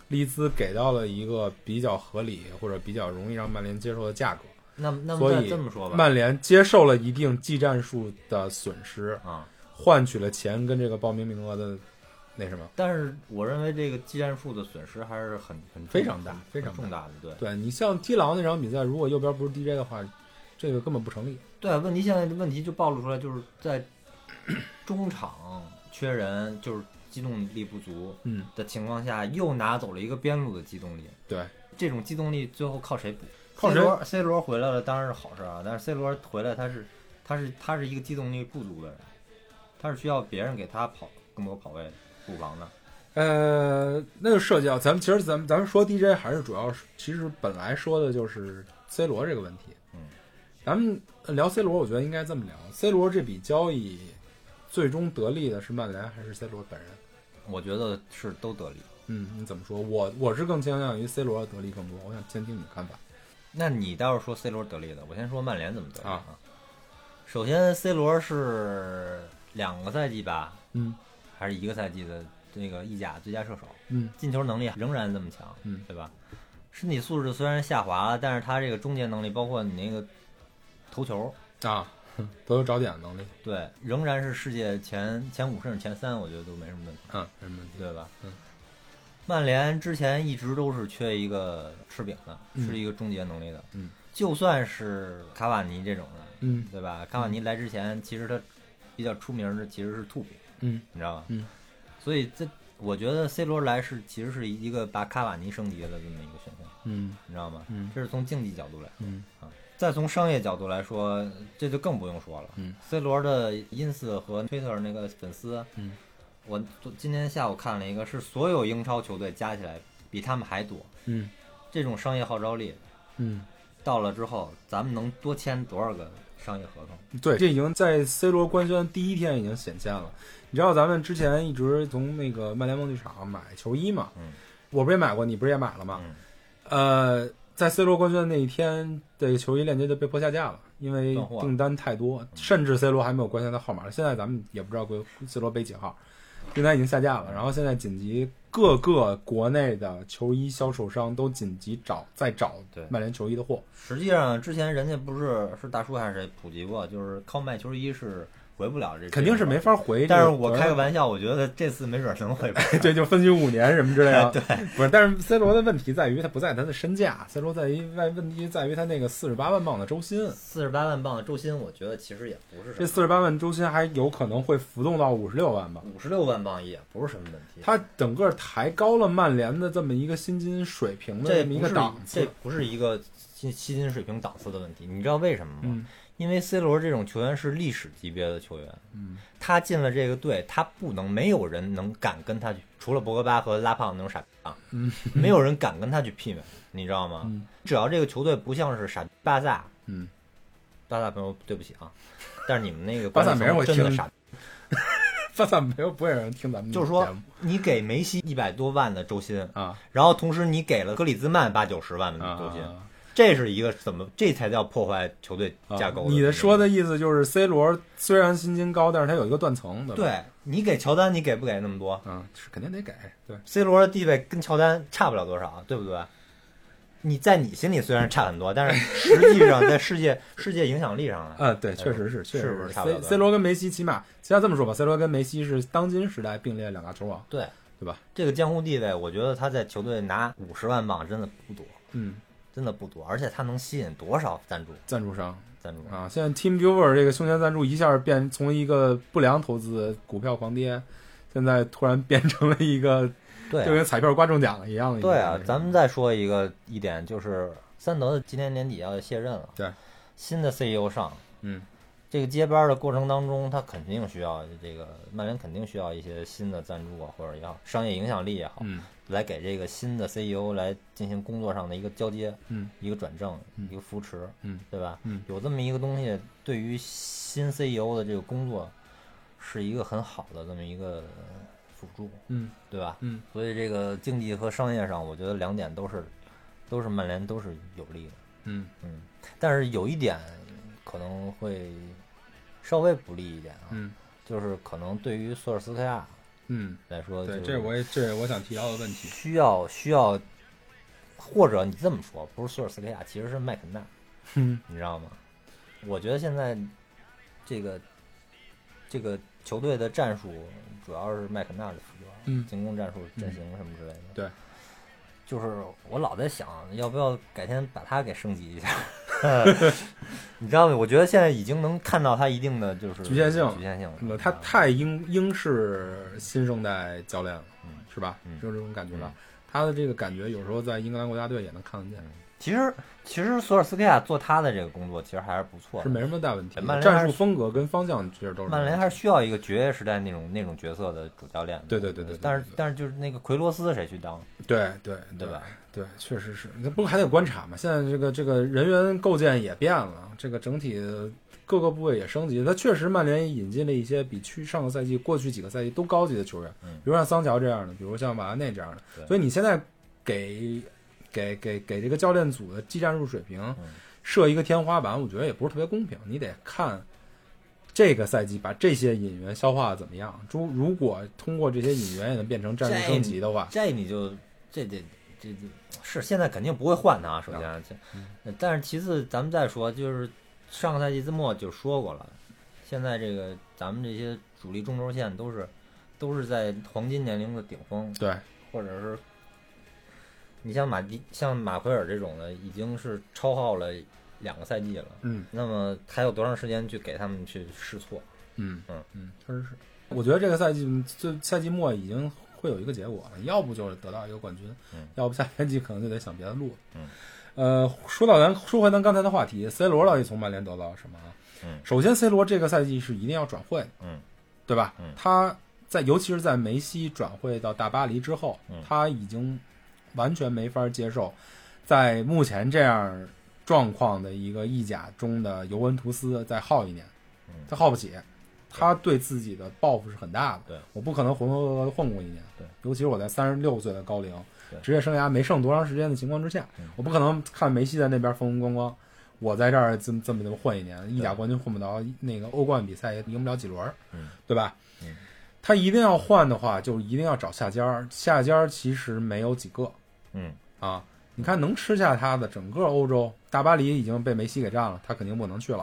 利兹给到了一个比较合理或者比较容易让曼联接受的价格。 那么所以这么说吧， 曼联接受了一定技战术的损失啊， 换取了钱跟这个报名名额的那什么。 但是我认为这个技战术的损失还是很非常大，非常重大的。 对，你像踢狼那场比赛，如果右边不是 DJ 的话，这个根本不成立。 对，现在的问题就暴露出来，就是在中场缺人，就是机动力不足的情况下，又拿走了一个边路的机动力。 对， 这种机动力最后靠谁补？ 靠谁 ？C 罗回来了当然是好事啊，但是 C 罗回来他是一个机动力不足的人，他是需要别人给他跑更多跑位补防的。 那就涉及到咱们说 DJ 还是主要是，其实本来说的就是 C 罗这个问题。咱们聊 C 罗，我觉得应该这么聊 ：C 罗这笔交易最终得利的是曼联还是 C 罗本人？ 我觉得是都得利。 你怎么说？我是更倾向于 C 罗得利更多。我想先听你的看法。 那你待会儿说 C 罗得利的，我先说曼联怎么得利啊。首先 C 罗是2个赛季吧，还是1个赛季的这个意甲最佳射手，进球能力仍然这么强，对吧？身体素质虽然下滑了，但是他这个终结能力，包括你那个头球啊，都有找点的能力， 对，仍然是世界前5甚至前3，我觉得都没什么问题， 没什么问题， 对吧？曼联之前一直都是缺一个吃饼的，是一个终结能力的，就算是卡瓦尼这种的，对吧？卡瓦尼来之前，其实他比较出名的其实是吐饼，你知道吧？所以我觉得 C 罗来其实是一个把卡瓦尼升级的这么一个选项，你知道吗？这是从竞技角度来，再从商业角度来说，这就更不用说了。C 罗的ins 和 Twitter 那个粉丝，我今天下午看了一个，是所有英超球队加起来比他们还多。这种商业号召力，到了之后，咱们能多签多少个商业合同？ 对，这已经在 C 罗官宣第一天已经显现了。你知道咱们之前一直从那个曼联梦剧场买球衣嘛？我不是也买过，你不是也买了吗？在 C 罗官宣的那一天，这个球衣链接就被迫下架了，因为订单太多，甚至 C 罗还没有官宣的号码。现在咱们也不知道 C 罗背几号，订单已经下架了。然后现在紧急各个国内的球衣销售商都紧急再找曼联球衣的货。 实际上之前人家不是大叔还是谁普及过，就是靠卖球衣是回不了这， 肯定是没法回。 但是我开个玩笑，我觉得这次没准能回来。 对，就分居5年什么之类的。 对， 不是，但是 C 罗的问题在于他不在他的身价 ，C 罗问题在于他那个48万镑的周薪。 48万镑的周薪，我觉得其实也不是什么。 这48万周薪还有可能会浮动到56万镑。 56万镑也不是什么问题。 他整个抬高了曼联的这么一个薪金水平的这么一个档次。 这不是一个薪金水平档次的问题，你知道为什么吗？因为 C 罗这种球员是历史级别的球员，他进了这个队，他没有人能敢跟他去，除了博格巴和拉胖那种傻逼，没有人敢跟他去媲美，你知道吗？只要这个球队不像是傻逼巴萨，巴萨朋友对不起啊，但是你们那个巴萨没人会真的傻逼， 巴萨不会有人听咱们就是说，你给梅西100多万的周薪啊， 然后同时你给了格里兹曼80-90万的周薪。这是一个这才叫破坏球队架构的。 你说的意思就是 C 罗虽然薪金高，但是他有一个断层的。 对，你给乔丹，你给不给那么多？ 是肯定得给。对 ，C 罗的地位跟乔丹差不了多少，对不对？你在你心里虽然差很多，但是实际上在世界影响力上来， 对，确实是不是差不了 ？C 罗跟梅西起码这么说吧 ，C 罗跟梅西是当今时代并列2大球王， 对吧？ 这个江湖地位，我觉得他在球队拿50万镑真的不多。真的不多，而且它能吸引多少赞助商啊！现在 TeamViewer 这个胸前赞助一下变从一个不良投资股票狂跌，现在突然变成了一个就跟彩票刮中奖了一样的。 对啊，咱们再说一点，就是三德的今年年底要卸任了， 对， 新的 CEO 上，这个接班的过程当中，他肯定需要曼联肯定需要一些新的赞助啊，或者也好，商业影响力也好，来给这个新的 CEO 来进行工作上的一个交接，一个转正，一个扶持，对吧？有这么一个东西，对于新 CEO 的这个工作是一个很好的这么一个辅助，对吧？所以这个竞技和商业上，我觉得2点都是曼联都是有利的，但是有一点可能会稍微不利一点啊，就是可能对于索尔斯克亚来说， 对，这我想提到的问题， 需要，或者你这么说，不是索尔斯克亚，其实是麦肯纳，你知道吗？我觉得现在这个球队的战术主要是麦肯纳的负责，进攻战术、阵型什么之类的。 对， 就是我老在想，要不要改天把他给升级一下？你知道吗？我觉得现在已经能看到他一定的就是局限性了。 他太英式新生代教练了，是吧？就这种感觉吧。他的这个感觉有时候在英格兰国家队也能看得见。 其实索尔斯克亚做他的这个工作其实还是不错的， 是没什么大问题。 曼联战术风格跟方向其实都是。 曼联还是需要一个爵爷时代那种角色的主教练。 对。 但是就是那个奎罗斯谁去当？ 对吧？ 对，确实是。那不过还得观察嘛。现在这个人员构建也变了，这个整体各个部位也升级。他确实曼联引进了一些比上个赛季、过去几个赛季都高级的球员，比如像桑乔这样的，比如像瓦拉内这样的。所以你现在给这个教练组的技战术水平设一个天花板，我觉得也不是特别公平。你得看这个赛季把这些引援消化的怎么样。如果通过这些引援也能变成战术升级的话， 这你就是现在肯定不会换他。首先，但是其次，咱们再说，就是上个赛季末就说过了，现在这个咱们这些主力中轴线都是在黄金年龄的顶峰， 对， 或者是。你像马奎尔这种的，已经是超耗了2个赛季了。那么还有多长时间去给他们去试错？ 确实是。我觉得这个赛季末已经会有一个结果了，要不就是得到一个冠军，要不下赛季可能就得想别的路。说回咱刚才的话题 ，C 罗到底从曼联得到了什么？首先 C 罗这个赛季是一定要转会的，对吧？他尤其是在梅西转会到大巴黎之后，他已经完全没法接受在目前这样状况的一个意甲中的尤文图斯再耗一年，他耗不起。他对自己的抱负是很大的。 对， 我不可能浑浑噩噩的混过一年。 对， 尤其是我在36岁的高龄，职业生涯没剩多长时间的情况之下，我不可能看梅西在那边风风光光，我在这儿这么混一年，意甲冠军混不到，那个欧冠比赛也赢不了几轮，对吧？他一定要换的话，就一定要找下家。下家其实没有几个。你看能吃下他的整个欧洲，大巴黎已经被梅西给占了，他肯定不能去了。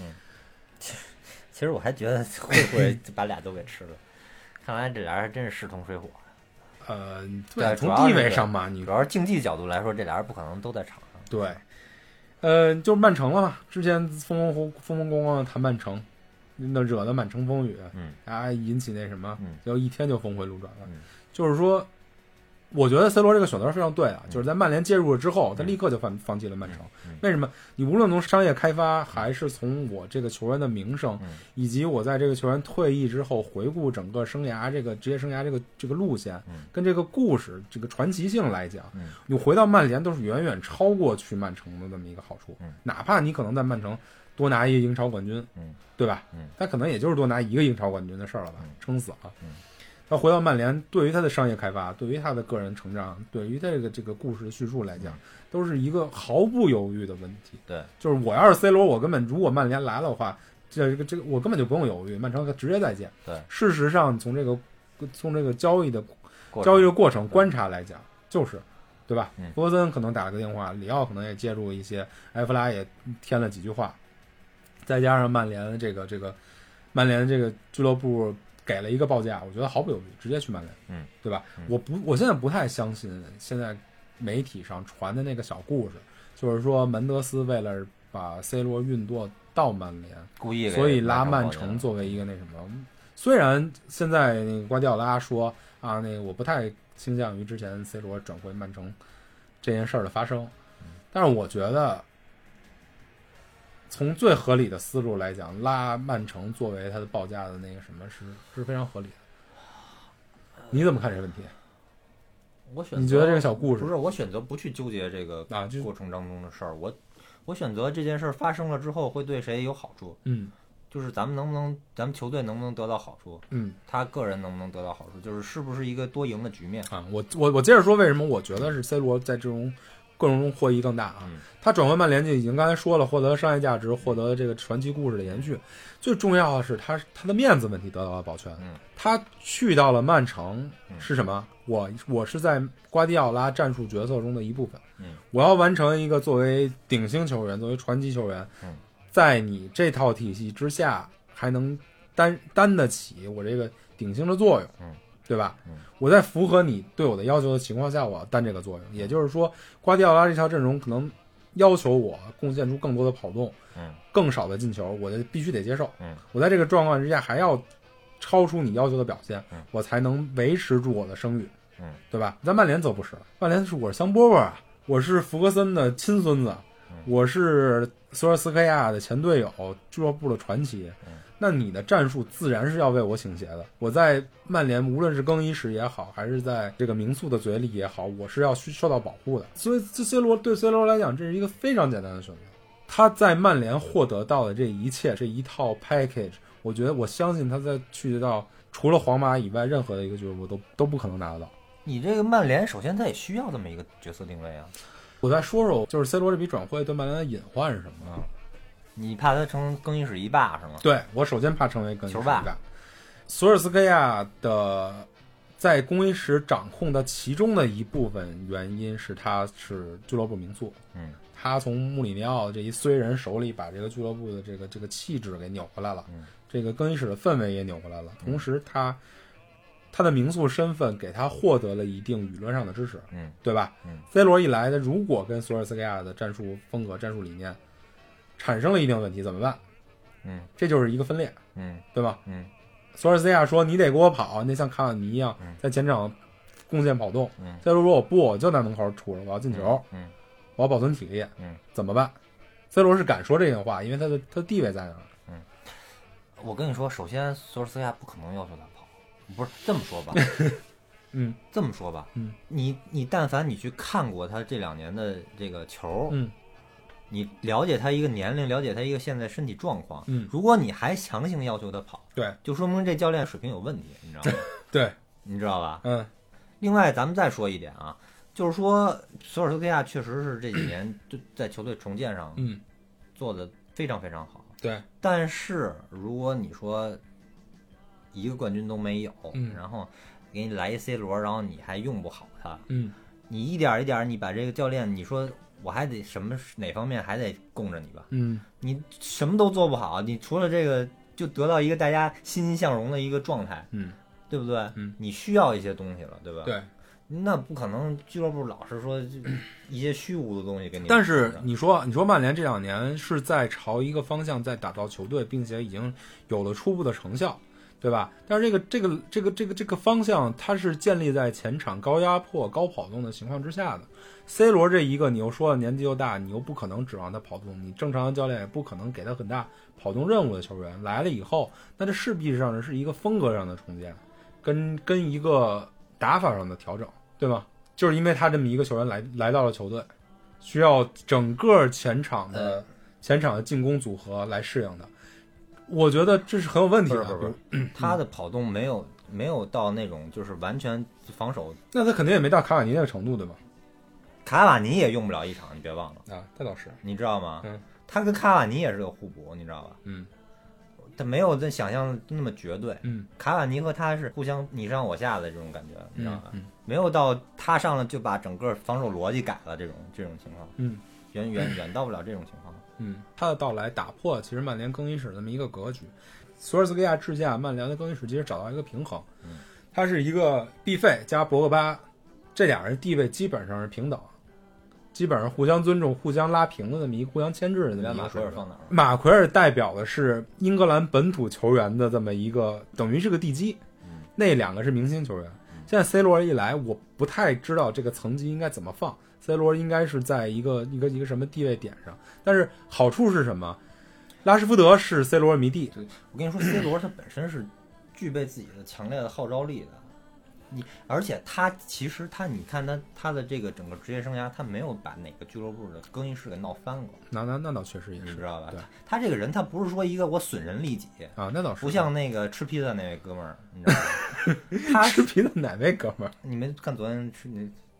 其实我还觉得会不会把俩都给吃了？看来这俩人真是势同水火。 对，从地位上嘛，你主要是竞技角度来说，这俩人不可能都在场上。 对，就是曼城了嘛。之前风风光光的谈曼城，那惹得满城风雨，引起那什么，就一天就峰回路转了。就是说，我觉得 C 罗这个选择是非常对的，就是在曼联介入了之后，他立刻就放弃了曼城。为什么？你无论从商业开发，还是从我这个球员的名声，以及我在这个球员退役之后回顾整个生涯这个职业生涯这个路线，跟这个故事这个传奇性来讲，你回到曼联都是远远超过去曼城的这么一个好处。哪怕你可能在曼城多拿一个英超冠军，对吧？他可能也就是多拿一个英超冠军的事儿了吧，撑死了。他回到曼联，对于他的商业开发，对于他的个人成长，对于这个故事的叙述来讲，都是一个毫不犹豫的问题。 对， 就是我要是 C 罗，我根本如果曼联来了的话，这个我根本就不用犹豫，曼城直接再见。 对， 事实上从这个交易的过程观察来讲，就是对吧？弗格森可能打了个电话，里奥可能也介入一些，埃弗拉也添了几句话，再加上曼联这个俱乐部给了一个报价，我觉得毫不犹豫，直接去曼联，对吧？我现在不太相信现在媒体上传的那个小故事，就是说门德斯为了把 C 罗运作到曼联， 故意所以拉曼城作为一个那什么。虽然现在那个瓜迪奥拉说那个我不太倾向于之前 C 罗转回曼城这件事儿的发生，但是我觉得从最合理的思路来讲，拉曼城作为他的报价的那个什么是非常合理的。你怎么看这个问题？你觉得这个小故事不是我选择不去纠结这个过程当中的事儿，我选择这件事发生了之后会对谁有好处？就是咱们球队能不能得到好处？他个人能不能得到好处？就是是不是一个多赢的局面啊？我接着说，为什么我觉得是 C 罗在这种过程中获益更大啊。他转会曼联就已经刚才说了，获得商业价值，获得这个传奇故事的延续。最重要的是他的面子问题得到了保全。他去到了曼城是什么？我是在瓜迪奥拉战术决策中的一部分。我要完成一个作为顶星球员，作为传奇球员，在你这套体系之下还能担得起我这个顶星的作用。对吧？我在符合你对我的要求的情况下，我要担这个作用。也就是说，瓜迪奥拉这套阵容可能要求我贡献出更多的跑动，更少的进球，我就必须得接受。我在这个状况之下还要超出你要求的表现，我才能维持住我的声誉，对吧？在曼联则不是了，曼联是我是香饽饽啊，我是福格森的亲孙子，我是索尔斯克亚的前队友，俱乐部的传奇。那你的战术自然是要为我倾斜的。我在曼联无论是更衣室也好，还是在这个名宿的嘴里也好，我是要受到保护的。所以对 C 罗来讲，这是一个非常简单的选择。他在曼联获得到的这一切，这一套 package， 我相信他在去到除了皇马以外任何的一个俱乐部都不可能拿得到。 你这个曼联首先他也需要这么一个角色定位啊。 我再说说，就是 C 罗这笔转会对曼联的隐患是什么呢？ 你怕他成更衣室一霸是吗？ 对，我首先怕成为更衣室一霸。索尔斯克亚的在更衣室掌控的其中的一部分原因是他是俱乐部名宿，他从穆里尼奥这一衰人手里把这个俱乐部的这个气质给扭回来了，这个更衣室的氛围也扭回来了，同时他的名宿身份给他获得了一定舆论上的支持，对吧？C 罗一来，他如果跟索尔斯克亚的战术风格、战术理念产生了一定问题怎么办？这就是一个分裂，对吧？索尔斯克亚说你得给我跑，那像卡瓦尼一样在前场贡献跑动。C 罗说我不，我就在门口杵着，我要进球，我要保存体力，怎么办？C 罗是敢说这些话，因为他的地位在那儿。 我跟你说，首先索尔斯克亚不可能要求他跑，不是这么说吧？这么说吧，你但凡你去看过他这2年的这个球，你了解他一个年龄，了解他一个现在身体状况，如果你还强行要求他跑， 对， 就说明这教练水平有问题，你知道吗？ 对， 你知道吧？另外，咱们再说一点啊，就是说索尔斯克亚确实是这几年在球队重建上，做的非常非常好。 对， 但是如果你说一个冠军都没有，然后给你来一 C 罗，然后你还用不好他，你一点一点，你把这个教练，你说我还得哪方面还得供着你吧？你什么都做不好，你除了这个就得到一个大家欣欣向荣的一个状态，对不对？你需要一些东西了，对吧？ 对， 那不可能俱乐部老是说一些虚无的东西给你。 但是你说曼联这2年是在朝一个方向在打造球队，并且已经有了初步的成效，对吧？但是这个方向它是建立在前场高压迫、高跑动的情况之下的。C 罗这一个你又说了年纪又大，你又不可能指望他跑动，你正常的教练也不可能给他很大跑动任务的球员来了以后，那这势必上是一个风格上的重建，跟一个打法上的调整，对吗？就是因为他这么一个球员来到了球队，需要整个前场的进攻组合来适应的。我觉得这是很有问题的。 不是他的跑动没有到那种就是完全防守， 那他肯定也没到卡瓦尼那个程度，对吧？ 卡瓦尼也用不了一场，你别忘了啊，这倒是， 你知道吗？他跟卡瓦尼也是个互补，你知道吧？他没有在想象那么绝对。卡瓦尼和他是互相你上我下的这种感觉，你知道吧？没有到他上了就把整个防守逻辑改了这种情况。远到不了这种情况。 他的到来打破其实曼联更衣室这么一个格局。索尔斯克亚治下，曼联的更衣室其实找到一个平衡。他是一个毕费加博格巴，这俩人地位基本上是平等，基本上互相尊重、互相拉平的这么一个互相牵制的这么一个水平。马奎尔代表的是英格兰本土球员的这么一个，等于是个地基。那2个是明星球员。现在 C 罗一来，我不太知道这个层级应该怎么放。C 罗应该是在一个什么地位点上，但是好处是什么？拉什福德是 C 罗迷弟。 我跟你说 ，C 罗他本身是具备自己的强烈的号召力的。而且他其实你看他的这个整个职业生涯，他没有把哪个俱乐部的更衣室给闹翻过。 那倒确实也是， 你知道吧？ 对， 他这个人，他不是说一个我损人利己啊，那倒是不像那个吃披萨那位哥们儿，你知道吧？ 他吃披萨哪位哥们儿？ 你没看昨天吃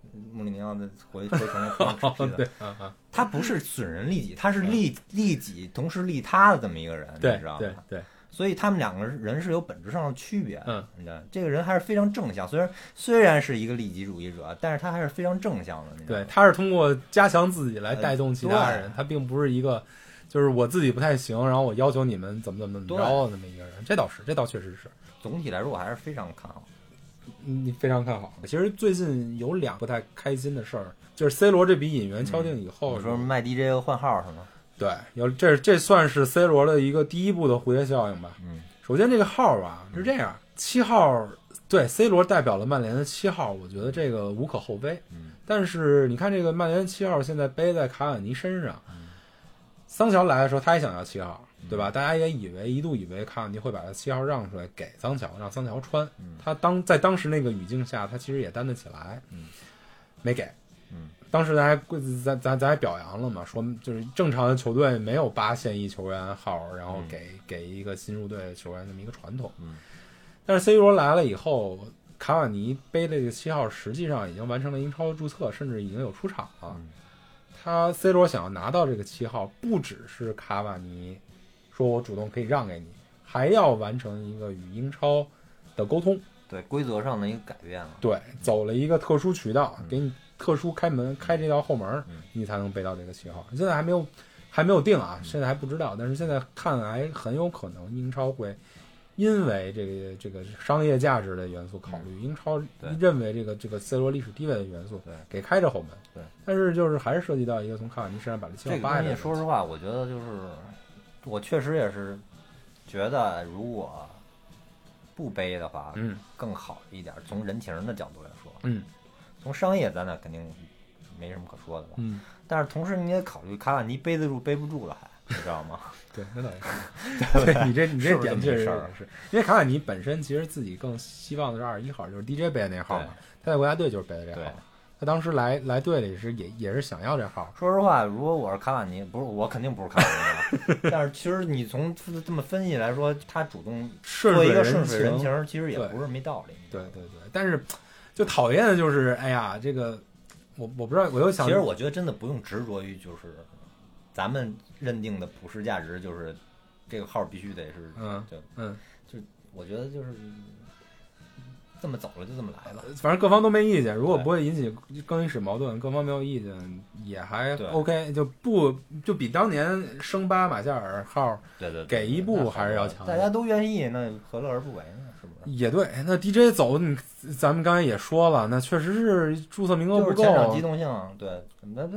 穆里尼奥的回城吃对， 他不是损人利己，他是利己同时利他的这么一个人，你知道吗？ 对。 所以他们两个人是有本质上的区别。你知道，这个人还是非常正向，虽然是一个利己主义者，但是他还是非常正向的。 对，他是通过加强自己来带动其他人，他并不是一个就是我自己不太行，然后我要求你们怎么着的那么一个人。这倒确实是。 总体来说，我还是非常看好。 你非常看好。其实最近有2不太开心的事儿，就是 C 罗这笔引援敲定以后， 你说卖 DJ 换号是吗？ 对，这算是 C 罗的一个第一步的蝴蝶效应吧。首先这个号吧是这样，7号对 C 罗代表了曼联的7号，我觉得这个无可厚非。但是你看这个曼联7号现在背在卡瓦尼身上，桑乔来的时候他也想要7号，对吧？大家也一度以为卡瓦尼会把他7号让出来给桑乔，让桑乔穿。他在当时那个语境下，他其实也担得起来，没给。当时咱还表扬了嘛，说就是正常的球队没有8现役球员号，然后给一个新入队的球员这么一个传统。但是 C 罗来了以后，卡瓦尼背的这个7号实际上已经完成了英超的注册，甚至已经有出场了。他 C 罗想要拿到这个7号，不只是卡瓦尼说我主动可以让给你，还要完成一个与英超的沟通， 对规则上的一个改变了。 对，走了一个特殊渠道，给你特殊开门，开这条后门，你才能背到这个7号。现在还没有定啊，现在还不知道，但是现在看来很有可能英超会因为这个商业价值的元素考虑，英超认为这个 C 罗历史地位的元素，给开着后门。 对， 但是就是还是涉及到一个从卡瓦尼身上把这7号扒下来。 说实话，我觉得就是我确实也是觉得，如果不背的话，更好一点。从人情的角度来说，从商业咱俩肯定没什么可说的吧。但是同时你也考虑卡瓦尼背得住背不住了还。你知道吗？ 对，那倒也是。对你这点确实是，因为卡瓦尼本身其实自己更希望的是21号，就是 DJ 背的那号嘛。他在国家队就是背的这号。他当时来队里也是想要这号。 说实话，如果我是卡瓦尼，不是我肯定不是卡瓦尼但是其实你从这么分析来说，他主动做一个顺水人情，其实也不是没道理。 对，但是就讨厌的就是，哎呀，这个我不知道，我又想， 其实我觉得真的不用执着于就是咱们认定的普世价值，就是这个号必须得是，就我觉得就是这么走了，就这么来吧。 反正各方都没意见，如果不会引起更衣室矛盾，各方没有意见也还 OK， 就比当年升巴马夏尔号对给一步还是要强。 大家都愿意，那何乐而不为呢？是不是？ 也对，那 DJ 走，咱们刚才也说了，那确实是注册名额不够， 就是前场机动性，对，那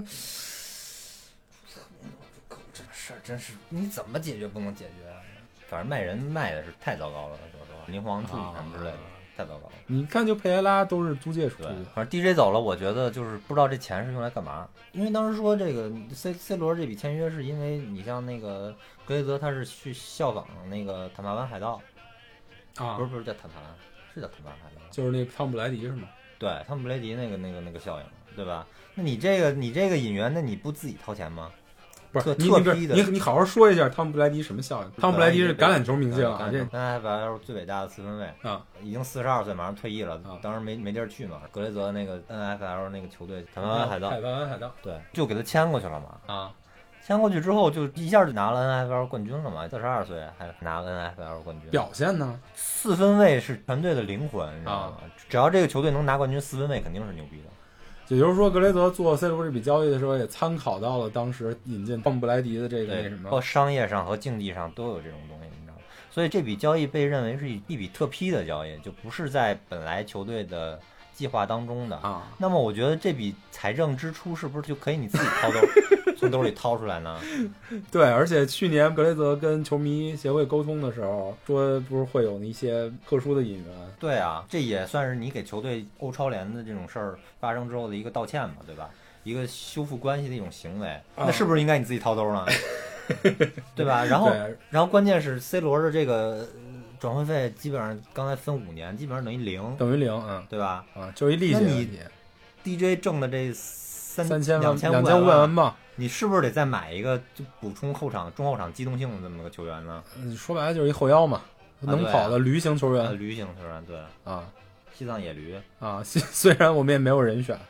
真是你怎么解决不能解决？反正卖人卖的是太糟糕了，说实话，林皇处理什么之类的，太糟糕了。 你看，就佩雷拉都是租借出去的。 反正 DJ 走了，我觉得就是不知道这钱是用来干嘛。因为当时说这个 C 罗这笔签约，是因为你像那个格雷泽，他是去效仿那个坦帕湾海盗啊， 不是叫坦帕湾，是叫坦帕湾海盗， 就是那汤姆莱迪是吗？ 对，汤姆雷迪那个效应，对吧？那你这个引援，那你不自己掏钱吗？ 不是你好好说一下汤姆布莱迪什么效应？汤姆布莱迪是橄榄球明星啊，这 NFL 最伟大的四分卫啊， 已经42岁，马上退役了，当时没地儿去嘛。格雷泽那个 NFL 那个球队坦帕湾海盗，对，就给他签过去了嘛啊， 签过去之后就一下就拿了 NFL 冠军了嘛，42岁还拿了 NFL 冠军， 表现呢？ 四分卫是团队的灵魂，你知道吗？只要这个球队能拿冠军，四分卫肯定是牛逼的。 也就是说，格雷泽做 C 罗这笔交易的时候，也参考到了当时引进汤姆布莱迪的这个那什么， 包括商业上和竞技上都有这种东西，你知道吗？所以这笔交易被认为是一笔特批的交易，就不是在本来球队的计划当中的啊。 那么我觉得这笔财政支出是不是就可以你自己从兜里掏出来呢？ 对，而且去年格雷泽跟球迷协会沟通的时候说，不是会有一些特殊的引援。 对啊，这也算是你给球队欧超联的这种事儿发生之后的一个道歉嘛，对吧？一个修复关系的一种行为，那是不是应该你自己掏兜呢？对吧？然后关键是 C 罗的这个转会费基本上刚才分5年，基本上等于0，对吧？ 啊，就是一利息。 那你 DJ 挣的这 2500万吧， 你是不是得再买一个就补充中后场机动性的这么个球员呢？ 说白了就是一后腰嘛，能跑的驴型球员。 驴型球员，对啊，西藏野驴啊，虽然我们也没有人选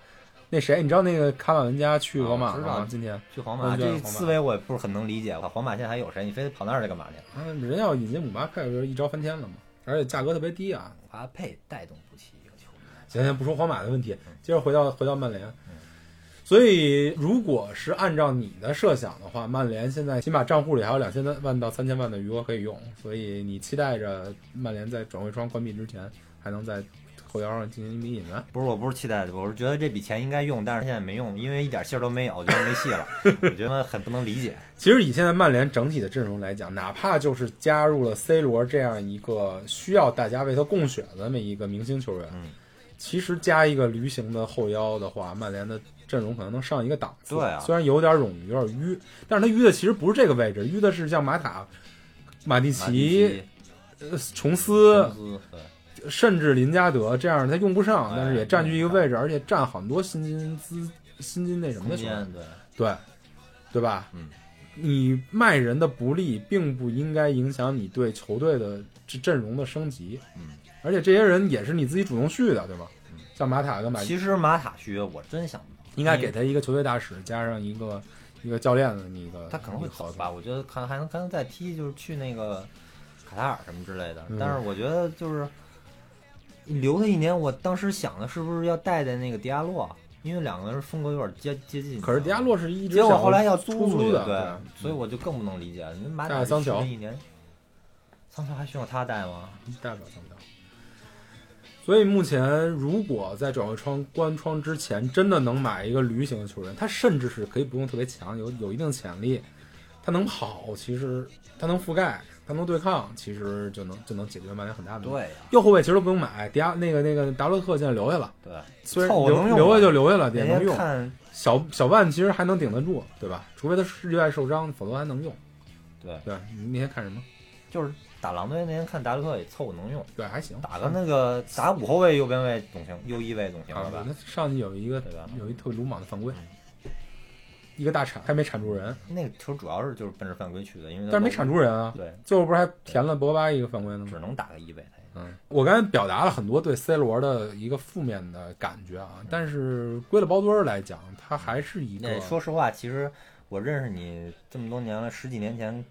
那谁，你知道那个卡瓦伦加去皇马吗？今天去皇马，这思维我也不是很能理解。皇马现在还有谁？你非得跑那儿去干嘛去？ 人要引进姆巴佩，不是一招翻天了吗？而且价格特别低啊。 姆巴佩带动不起一个球队。行，不说皇马的问题，接着回到曼联。所以，如果是按照你的设想的话，曼联现在起码账户里还有2000万到3000万的余额可以用，所以你期待着曼联在转会窗关闭之前还能在后腰上进行一笔引援？ 不是，我不是期待的，我是觉得这笔钱应该用，但是现在没用，因为一点信儿都没有，我觉得没戏了，我觉得很不能理解。 其实以现在曼联整体的阵容来讲，哪怕就是加入了 C 罗这样一个需要大家为他供血的那么一个明星球员，其实加一个驴形的后腰的话，曼联的阵容可能能上一个档次。 对啊， 虽然有点冗余，有点淤，但是他淤的其实不是这个位置，淤的是像马塔、马蒂奇、琼斯，甚至林加德这样他用不上，但是也占据一个位置，而且占很多薪金那什么的球员，对吧？你卖人的不利，并不应该影响你对球队的阵容的升级。而且这些人也是你自己主动续的，对吧？像马塔跟其实马塔续约我真想不到， 应该给他一个球队大使，加上一个教练的一个， 他可能会走吧。我觉得还能再踢，就是去那个卡塔尔什么之类的。但是我觉得就是留他一年，我当时想的是不是要带那个迪亚洛，因为两个人风格有点接近。 可是迪亚洛是一直结果后来要租出去的， 对，所以我就更不能理解。马塔桑乔一年，桑乔还需要他带吗？ 带不了桑乔。所以目前，如果在转会窗关窗之前，真的能买一个驴型的球员，他甚至是可以不用特别强，有一定潜力，他能跑，其实他能覆盖，他能对抗，其实就能解决曼联很大的问题。 对呀， 右后卫其实都不用买，那个达洛特现在留下了， 对， 虽然留下就留下了，也能用。小万其实还能顶得住，对吧？除非他意外受伤，否则还能用。对，你那天看什么？ 就是打狼队那天看达洛特也凑合能用， 对，还行。 打5后卫右边卫总行，右1卫总行了吧？ 那上去有一特别鲁莽的犯规，一个大铲还没铲住人。 那个球主要是就是奔着犯规去的，因为但是没铲住人啊。 对， 最后不是还填了博巴一个犯规呢吗？ 只能打个1卫。 我刚才表达了很多对 C 罗的一个负面的感觉啊，但是归了包堆来讲，他还是一个。 说实话，其实我认识你这么多年了，10几年前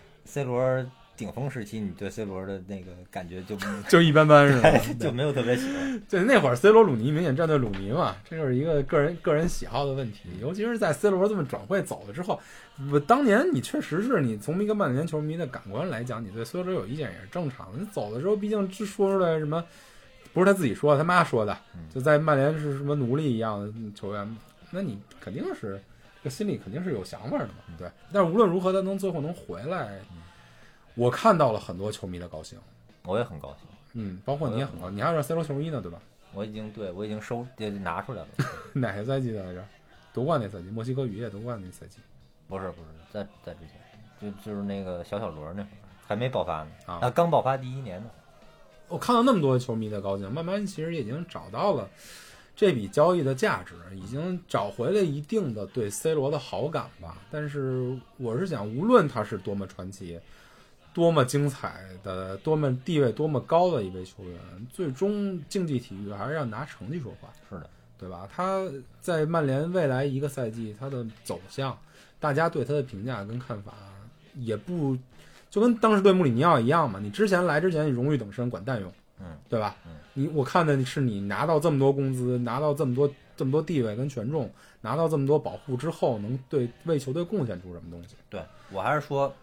C 罗顶峰时期，你对 C 罗的那个感觉就一般般是吧？ 就没有特别喜欢。 对，那会儿 C 罗鲁尼明显站队鲁尼嘛，这就是一个个人喜好的问题。尤其是在 C 罗这么转会走了之后，当年你确实是你从一个曼联球迷的感官来讲，你对 C 罗有意见也是正常的。你走的时候，毕竟是说出来什么，不是他自己说的，他妈说的，就在曼联是什么奴隶一样的球员，那你肯定是这心里肯定是有想法的嘛，对。但是无论如何，他最后能回来。我看到了很多球迷的高兴， 我也很高兴。 包括你也很高兴，你还有 C 罗球衣呢，对吧？ 我已经拿出来了。 哪个赛季的来着？夺冠那赛季，墨西哥雨夜夺冠那赛季。 不是，在之前，就是那个小罗那会儿还没爆发呢啊，刚爆发第1年呢。 我看到那么多球迷的高兴，慢慢其实已经找到了这笔交易的价值，已经找回了一定的对 C 罗的好感吧。但是我是想，无论他是多么传奇，多么精彩的，多么地位多么高的一位球员，最终竞技体育还是要拿成绩说话。 是的， 对吧？他在曼联未来一个赛季他的走向，大家对他的评价跟看法也不就跟当时对穆里尼奥一样嘛。你来之前你荣誉等身，管蛋用，对吧？我看的是你拿到这么多工资，拿到这么多地位跟权重，拿到这么多保护之后，能为球队贡献出什么东西？ 对，我还是说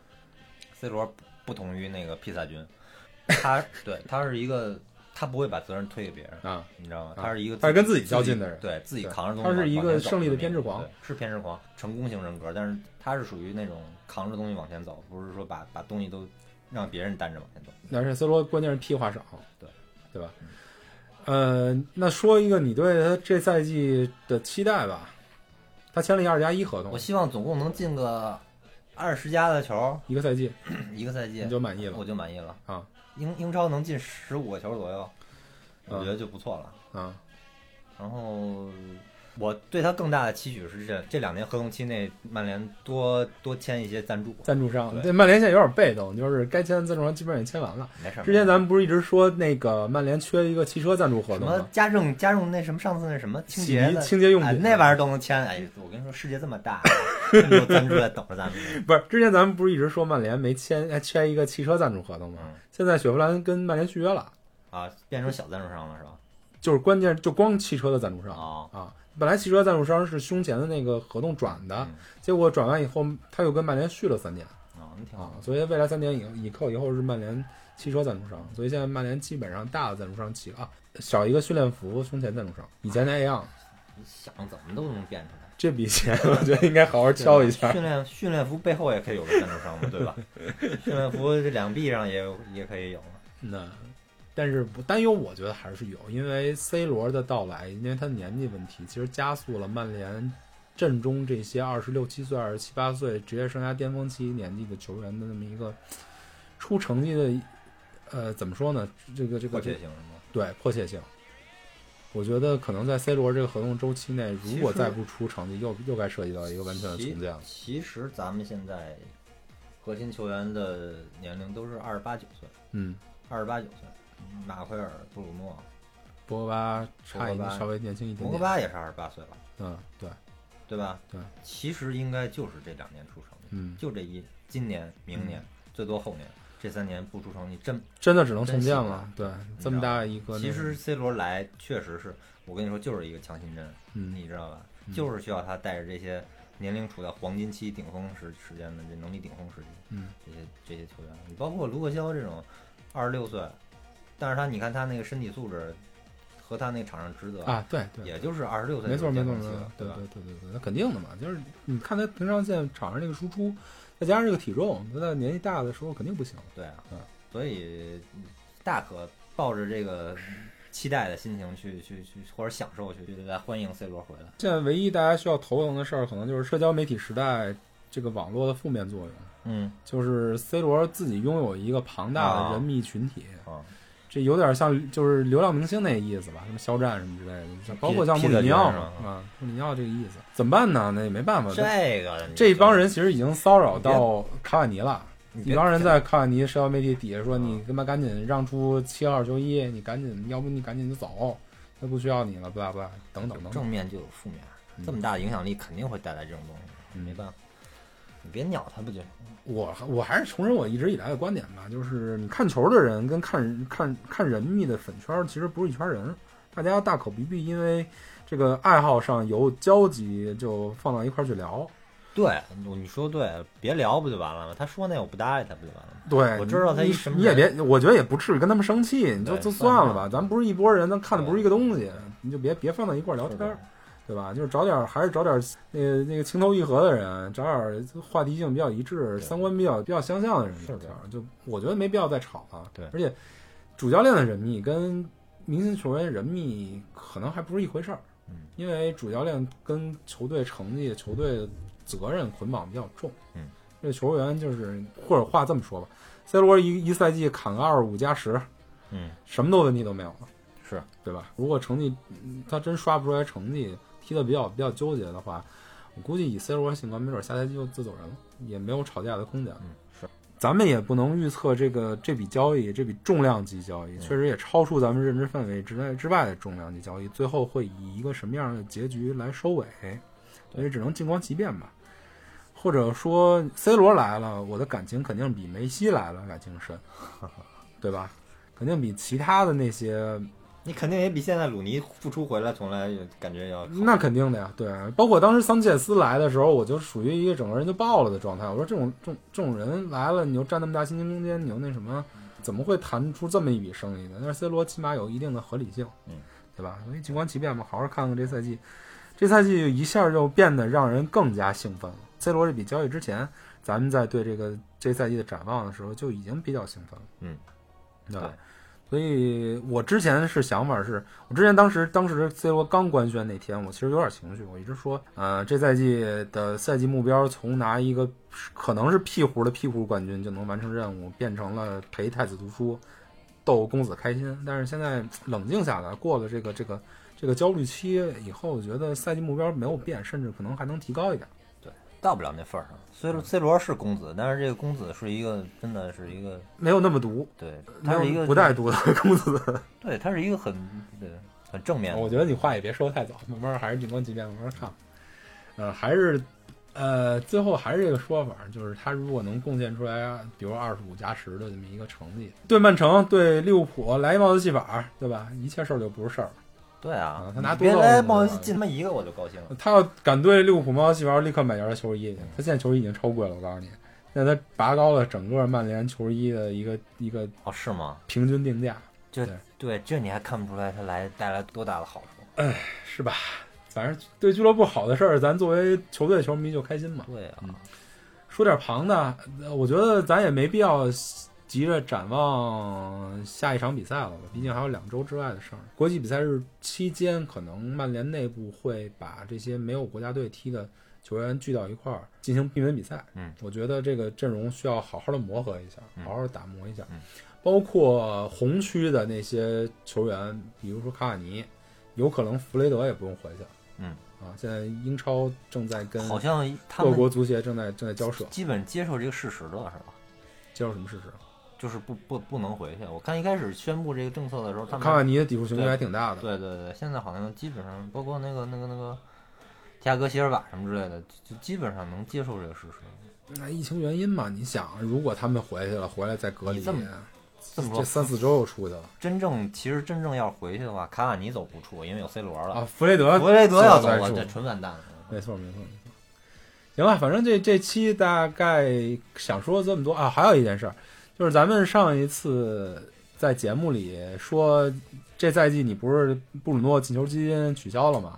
C 罗不同于那个披萨军，他是一个，他不会把责任推给别人啊，你知道吗？他是一个， 他是跟自己较劲的人， 对自己扛着东西， 他是一个胜利的偏执狂， 是偏执狂，成功型人格，但是他是属于那种扛着东西往前走，不是说把东西都让别人担着往前走。 但是 C 罗关键是屁话少，对吧？那说一个你对他这赛季的期待吧，他签了一2+1合同， 我希望总共能进个20加的球， 一个赛季你就满意了， 我就满意了啊！ 英超能进15个球左右，我觉得就不错了啊。 然后我对他更大的期许是这2年合同期内，曼联多签一些赞助商。 对，曼联现在有点被动，就是该签的赞助商基本上也签完了。 没事。 之前咱们不是一直说那个曼联缺一个汽车赞助合同吗？ 什么家用那什么上次那什么清洁用品、 那玩意儿都能签。哎，我跟你说，世界这么大，有赞助在等着咱们。 不是，之前咱们不是一直说曼联没签，还缺一个汽车赞助合同吗？现在雪佛兰跟曼联续约了啊，变成小赞助商了是吧？ 就是关键就光汽车的赞助商啊。 本来汽车赞助商是胸前的那个合同转的，结果转完以后，他又跟曼联续了3年那挺好。 所以未来3年以后是曼联汽车赞助商。所以现在曼联基本上大的赞助商起少一个训练服胸前赞助商，以前那样， 你想怎么都能变出来。 这笔钱我觉得应该好好敲一下。 训练服背后也可以有个赞助商嘛，对吧？训练服这2臂上也可以有。 那。但是不担忧，我觉得还是有，因为 C 罗的到来，因为他的年纪问题，其实加速了曼联阵中这些26、7岁、27、8岁职业生涯巅峰期年纪的球员的那么一个出成绩的，怎么说呢？这个迫切性是吗？ 对，迫切性。我觉得可能在 C 罗这个合同周期内，如果再不出成绩，又该涉及到一个完全的重建了。 其实咱们现在核心球员的年龄都是28、9岁，28、9岁。马奎尔、布鲁诺、 博格巴稍微年轻一点点， 博格巴也是28岁了。对吧？ 对， 其实应该就是这2年出成绩，就今年、明年，最多后年，这3年不出成绩， 真的只能重建了。对，这么大一个， 其实 C 罗来确实是我跟你说，就是一个强心针，你知道吧？就是需要他带着这些年龄处在黄金期顶峰时间的这能力顶峰时期，这些球员，你包括卢克肖这种26岁。但是你看他那个身体素质和他那场上职责对， 也就是26岁， 没错， 对， 那肯定的嘛，就是你看他平常线场上那个输出，再加上这个体重，他在年纪大的时候肯定不行。 对啊，所以大可抱着这个期待的心情去或者享受去来欢迎 C 罗回来。 现在唯一大家需要头疼的事儿，可能就是社交媒体时代这个网络的负面作用。就是 C 罗自己拥有一个庞大的人密群体。这有点像就是流量明星那意思吧，什么肖战什么之类的，包括像穆里尼奥穆里尼奥这个意思，怎么办呢？那也没办法。这帮人其实已经骚扰到卡瓦尼了，一帮人在卡瓦尼社交媒体底下说你他妈赶紧让出7号球衣，你赶紧，要不你赶紧就走，他不需要你了，blah blah等等。 正面就有负面，这么大的影响力肯定会带来这种东西，没办法。你别鸟他不就行？ 我还是重申我一直以来的观点吧，就是你看球的人跟看人密的粉圈其实不是一圈人，大家大可不必因为这个爱好上有交集就放到一块去聊。 对，你说对，别聊不就完了吗？他说那我不搭理他不就完了吗？ 对， 我知道他什么， 你也别，我觉得也不至于跟他们生气，你就算了吧，咱不是一拨人，咱看的不是一个东西，你就别放到一块聊天。对吧？就是还是找点那个情投意合的人，找点话题性比较一致、三观比较相像的人聊天。就我觉得没必要再吵了。 对， 而且主教练的人密跟明星球员人密可能还不是一回事儿。因为主教练跟球队成绩、球队责任捆绑比较重。这球员就是或者话这么说吧 ，C 罗一赛季砍个25+10，什么问题都没有了， 是对吧？如果成绩他真刷不出来成绩。踢得比较纠结的话，我估计以 C 罗性格，没准下赛季就自走人了，也没有吵架的空间。 是， 咱们也不能预测这笔交易，这笔重量级交易，确实也超出咱们认知范围之外的重量级交易，最后会以一个什么样的结局来收尾？所以只能静观其变吧。或者说 C 罗来了，我的感情肯定比梅西来了感情深，对吧？肯定比其他的那些。 你肯定也比现在鲁尼复出回来从来感觉要那肯定的呀，对，包括当时桑切斯来的时候，我就属于一个整个人就爆了的状态。我说这种人来了，你又占那么大薪金空间，你又那什么，怎么会谈出这么一笔生意呢？但是 C 罗起码有一定的合理性，对吧？所以静观其变嘛，好好看看这赛季一下就变得让人更加兴奋了。C 罗这笔交易之前，咱们在对这赛季的展望的时候就已经比较兴奋了，对吧？所以我之前是想法是，我之前当时 C 罗刚官宣那天，我其实有点情绪，我一直说，这赛季的赛季目标从拿一个可能是屁股冠军就能完成任务，变成了陪太子读书，逗公子开心。但是现在冷静下来，过了这这个焦虑期以后，我觉得赛季目标没有变，甚至可能还能提高一点。 对，到不了那份儿上。C 罗是公子，但是这个公子是一个真的是一个没有那么毒， 对，他是一个不带毒的公子。 对，他是一个很正面的。 我觉得你话也别说太早，慢慢还是静观其变，慢慢看。还是最后还是这个说法，就是他如果能贡献出来，比如25+10的这么一个成绩，对曼城、对利物浦来一帽子戏法，对吧？一切事儿就不是事儿了。 对啊， 他拿别来帽子进他妈一个我就高兴了。 他要敢对利物浦帽子戏法，立刻买件球衣去。他现在球衣已经超贵了，我告诉你，现在他拔高了整个曼联球衣的一个哦，是吗？ 平均定价。 对，这你还看不出来他带来多大的好处？ 是吧？反正对俱乐部好的事儿，咱作为球队球迷就开心嘛。 对啊， 说点旁的，我觉得咱也没必要急着展望下一场比赛了吧，毕竟还有2周之外的事儿。国际比赛日期间，可能曼联内部会把这些没有国家队踢的球员聚到一块儿进行闭门比赛。我觉得这个阵容需要好好的磨合一下，好好的打磨一下。包括红区的那些球员，比如说卡瓦尼，有可能弗雷德也不用回去。现在英超正在跟好像各国足协正在交涉， 基本接受这个事实了，是吧？ 接受什么事实？ 就是不能回去。我看一开始宣布这个政策的时候，他们卡瓦尼的抵触情绪还挺大的。 对，现在好像基本上包括那个加格席尔瓦什么之类的，就基本上能接受这个事实。 那疫情原因嘛，你想，如果他们回去了，回来再隔离， 这么这3-4周又出去了。 其实真正要回去的话，卡瓦尼走不出，因为有 C 罗了啊。弗雷德要走了，这纯完蛋了。 没错。行吧，反正这期大概想说这么多啊。还有一件事儿，就是咱们上一次在节目里说，这赛季你不是布鲁诺进球基金取消了吗？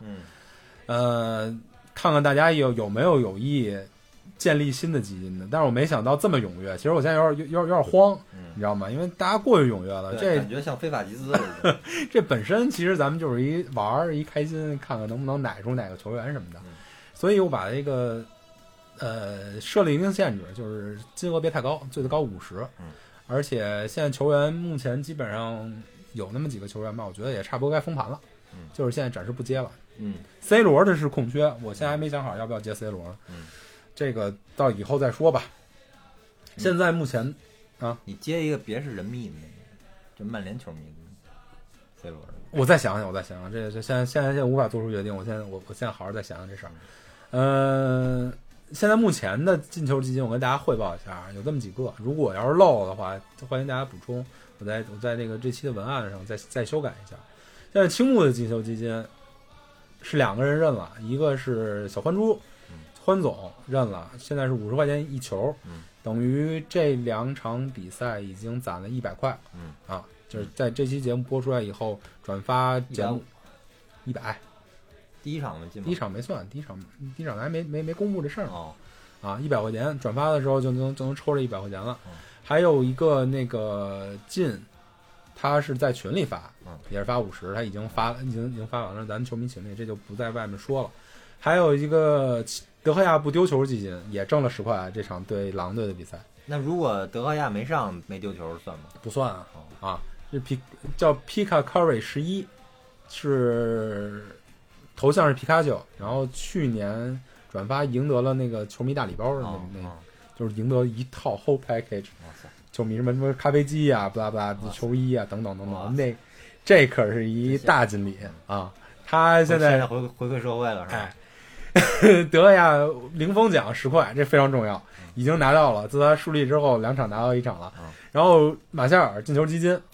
看看大家有没有意建立新的基金的。但是我没想到这么踊跃，其实我现在有点慌，你知道吗？因为大家过于踊跃了，这感觉像非法集资了。 这本身其实咱们就是一玩一开心，看看能不能奶出哪个球员什么的。所以我把这个设立一定限制，就是金额别太高，最高50。而且现在球员目前基本上有那么几个球员吧，我觉得也差不多该封盘了。就是现在暂时不接了。C 罗这是空缺，我现在还没想好要不要接 C 罗。这个到以后再说吧。现在目前啊， 你接一个别是人迷的那个，就曼联球迷的 C 罗。 我再想想，这现在无法做出决定。我现在好好再想想这事儿。现在目前的进球基金，我跟大家汇报一下，有这么几个。如果要是漏的话，欢迎大家补充。我在这期的文案上再修改一下。现在青木的进球基金是2个人认了，一个是小欢珠，欢总认了，现在是50块钱一球，等于这2场比赛已经攒了100块。就是在这期节目播出来以后，转发节目100。 第一场没进吗？ 第一场没算，第一场还没公布这事儿呢。100块钱转发的时候就能抽这100块钱了。还有一个那个进，他是在群里发，也是发50，他已经发完了，咱球迷群里这就不在外面说了。还有一个德赫亚不丢球基金也挣了10块，这场对狼队的比赛。 那如果德赫亚没上没丢球算吗？ 不算啊。这叫 Pika Curry 11，是头像是皮卡丘，然后去年转发赢得了那个球迷大礼包的就是赢得一套 whole package， 球迷什么咖啡机啊、巴拉巴拉球衣啊等等，这可是一大锦鲤啊！他现在回馈社会了，是吧？ 德赫亚零封奖10块，这非常重要，已经拿到了。自他树立之后，2场拿到1场了。然后马夏尔进球基金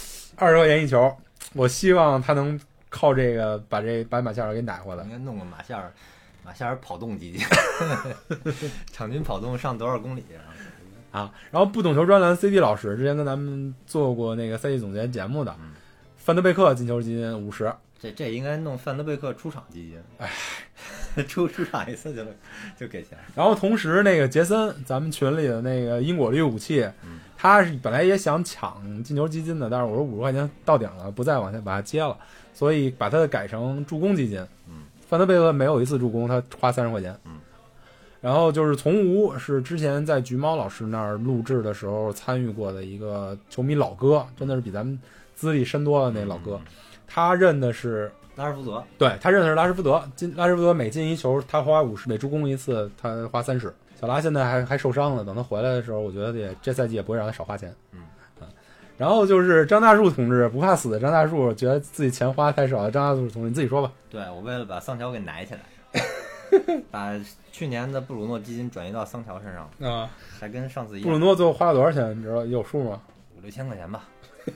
20块钱一球，我希望他能靠这个把马夏尔给奶回来。 应该弄个马夏尔跑动基金，场均跑动上多少公里啊？然后不懂球专栏 CD 老师之前跟咱们做过那个赛季总结节目的，范德贝克进球基金50。 这应该弄范德贝克出场基金，出场一次就给钱。 然后同时那个杰森，咱们群里的那个因果律武器，他是本来也想抢进球基金的，但是我说50块钱到顶了，不再往下把它接了，所以把它改成助攻基金。范德贝克没有一次助攻，他花30块钱。然后就是从无，是之前在橘猫老师那儿录制的时候参与过的一个球迷老哥，真的是比咱们资历深多了那老哥。他认的是拉什福德， 对他认识拉什福德，拉什福德每进一球他花50，每助攻一次他花30。小拉现在还受伤了，等他回来的时候，我觉得这赛季也不会让他少花钱。然后就是张大树同志，不怕死的张大树，觉得自己钱花太少了。张大树同志，你自己说吧。 对，我为了把桑乔给奶起来，把去年的布鲁诺基金转移到桑乔身上啊， 还跟上次一样。 布鲁诺最后花了多少钱？你知道有数吗 ？5、6千块钱吧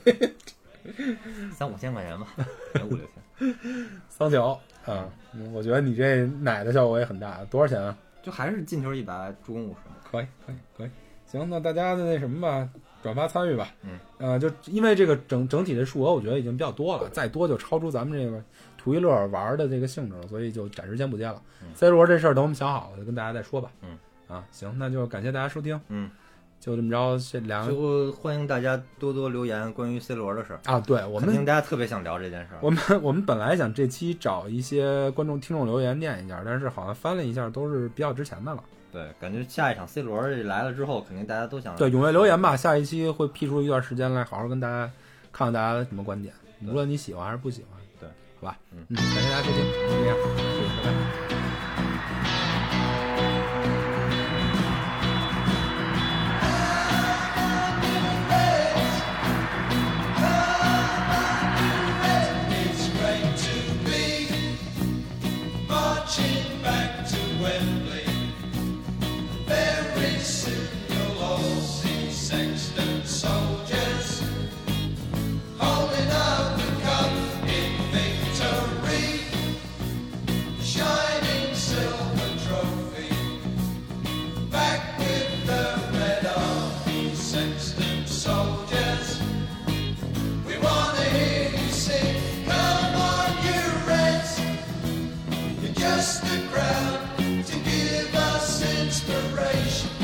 ，3、5千块钱吧，5、6千。 桑乔啊，我觉得你这奶的效果也很大。多少钱啊？ 就还是进球100，助攻50。 可以。行，那大家的那什么吧，转发参与吧。就因为这个整体的数额，我觉得已经比较多了，再多就超出咱们这个图一乐玩的这个性质了，所以就暂时先不接了。C 罗这事儿等我们想好了，就跟大家再说吧。行，那就感谢大家收听。就这么着，这两个就欢迎大家多多留言关于 C 罗的事儿啊。 对，我们肯定大家特别想聊这件事儿。 我们本来想这期找一些听众留言念一下，但是好像翻了一下都是比较值钱的了。 对，感觉下一场 C 罗来了之后，肯定大家都想。 对，踊跃留言吧，下一期会辟出一段时间来，好好跟大家看看大家的什么观点，无论你喜欢还是不喜欢。 对， 好吧。感谢大家收听，就这样，谢谢，拜拜。 Just the crowd to give us inspiration.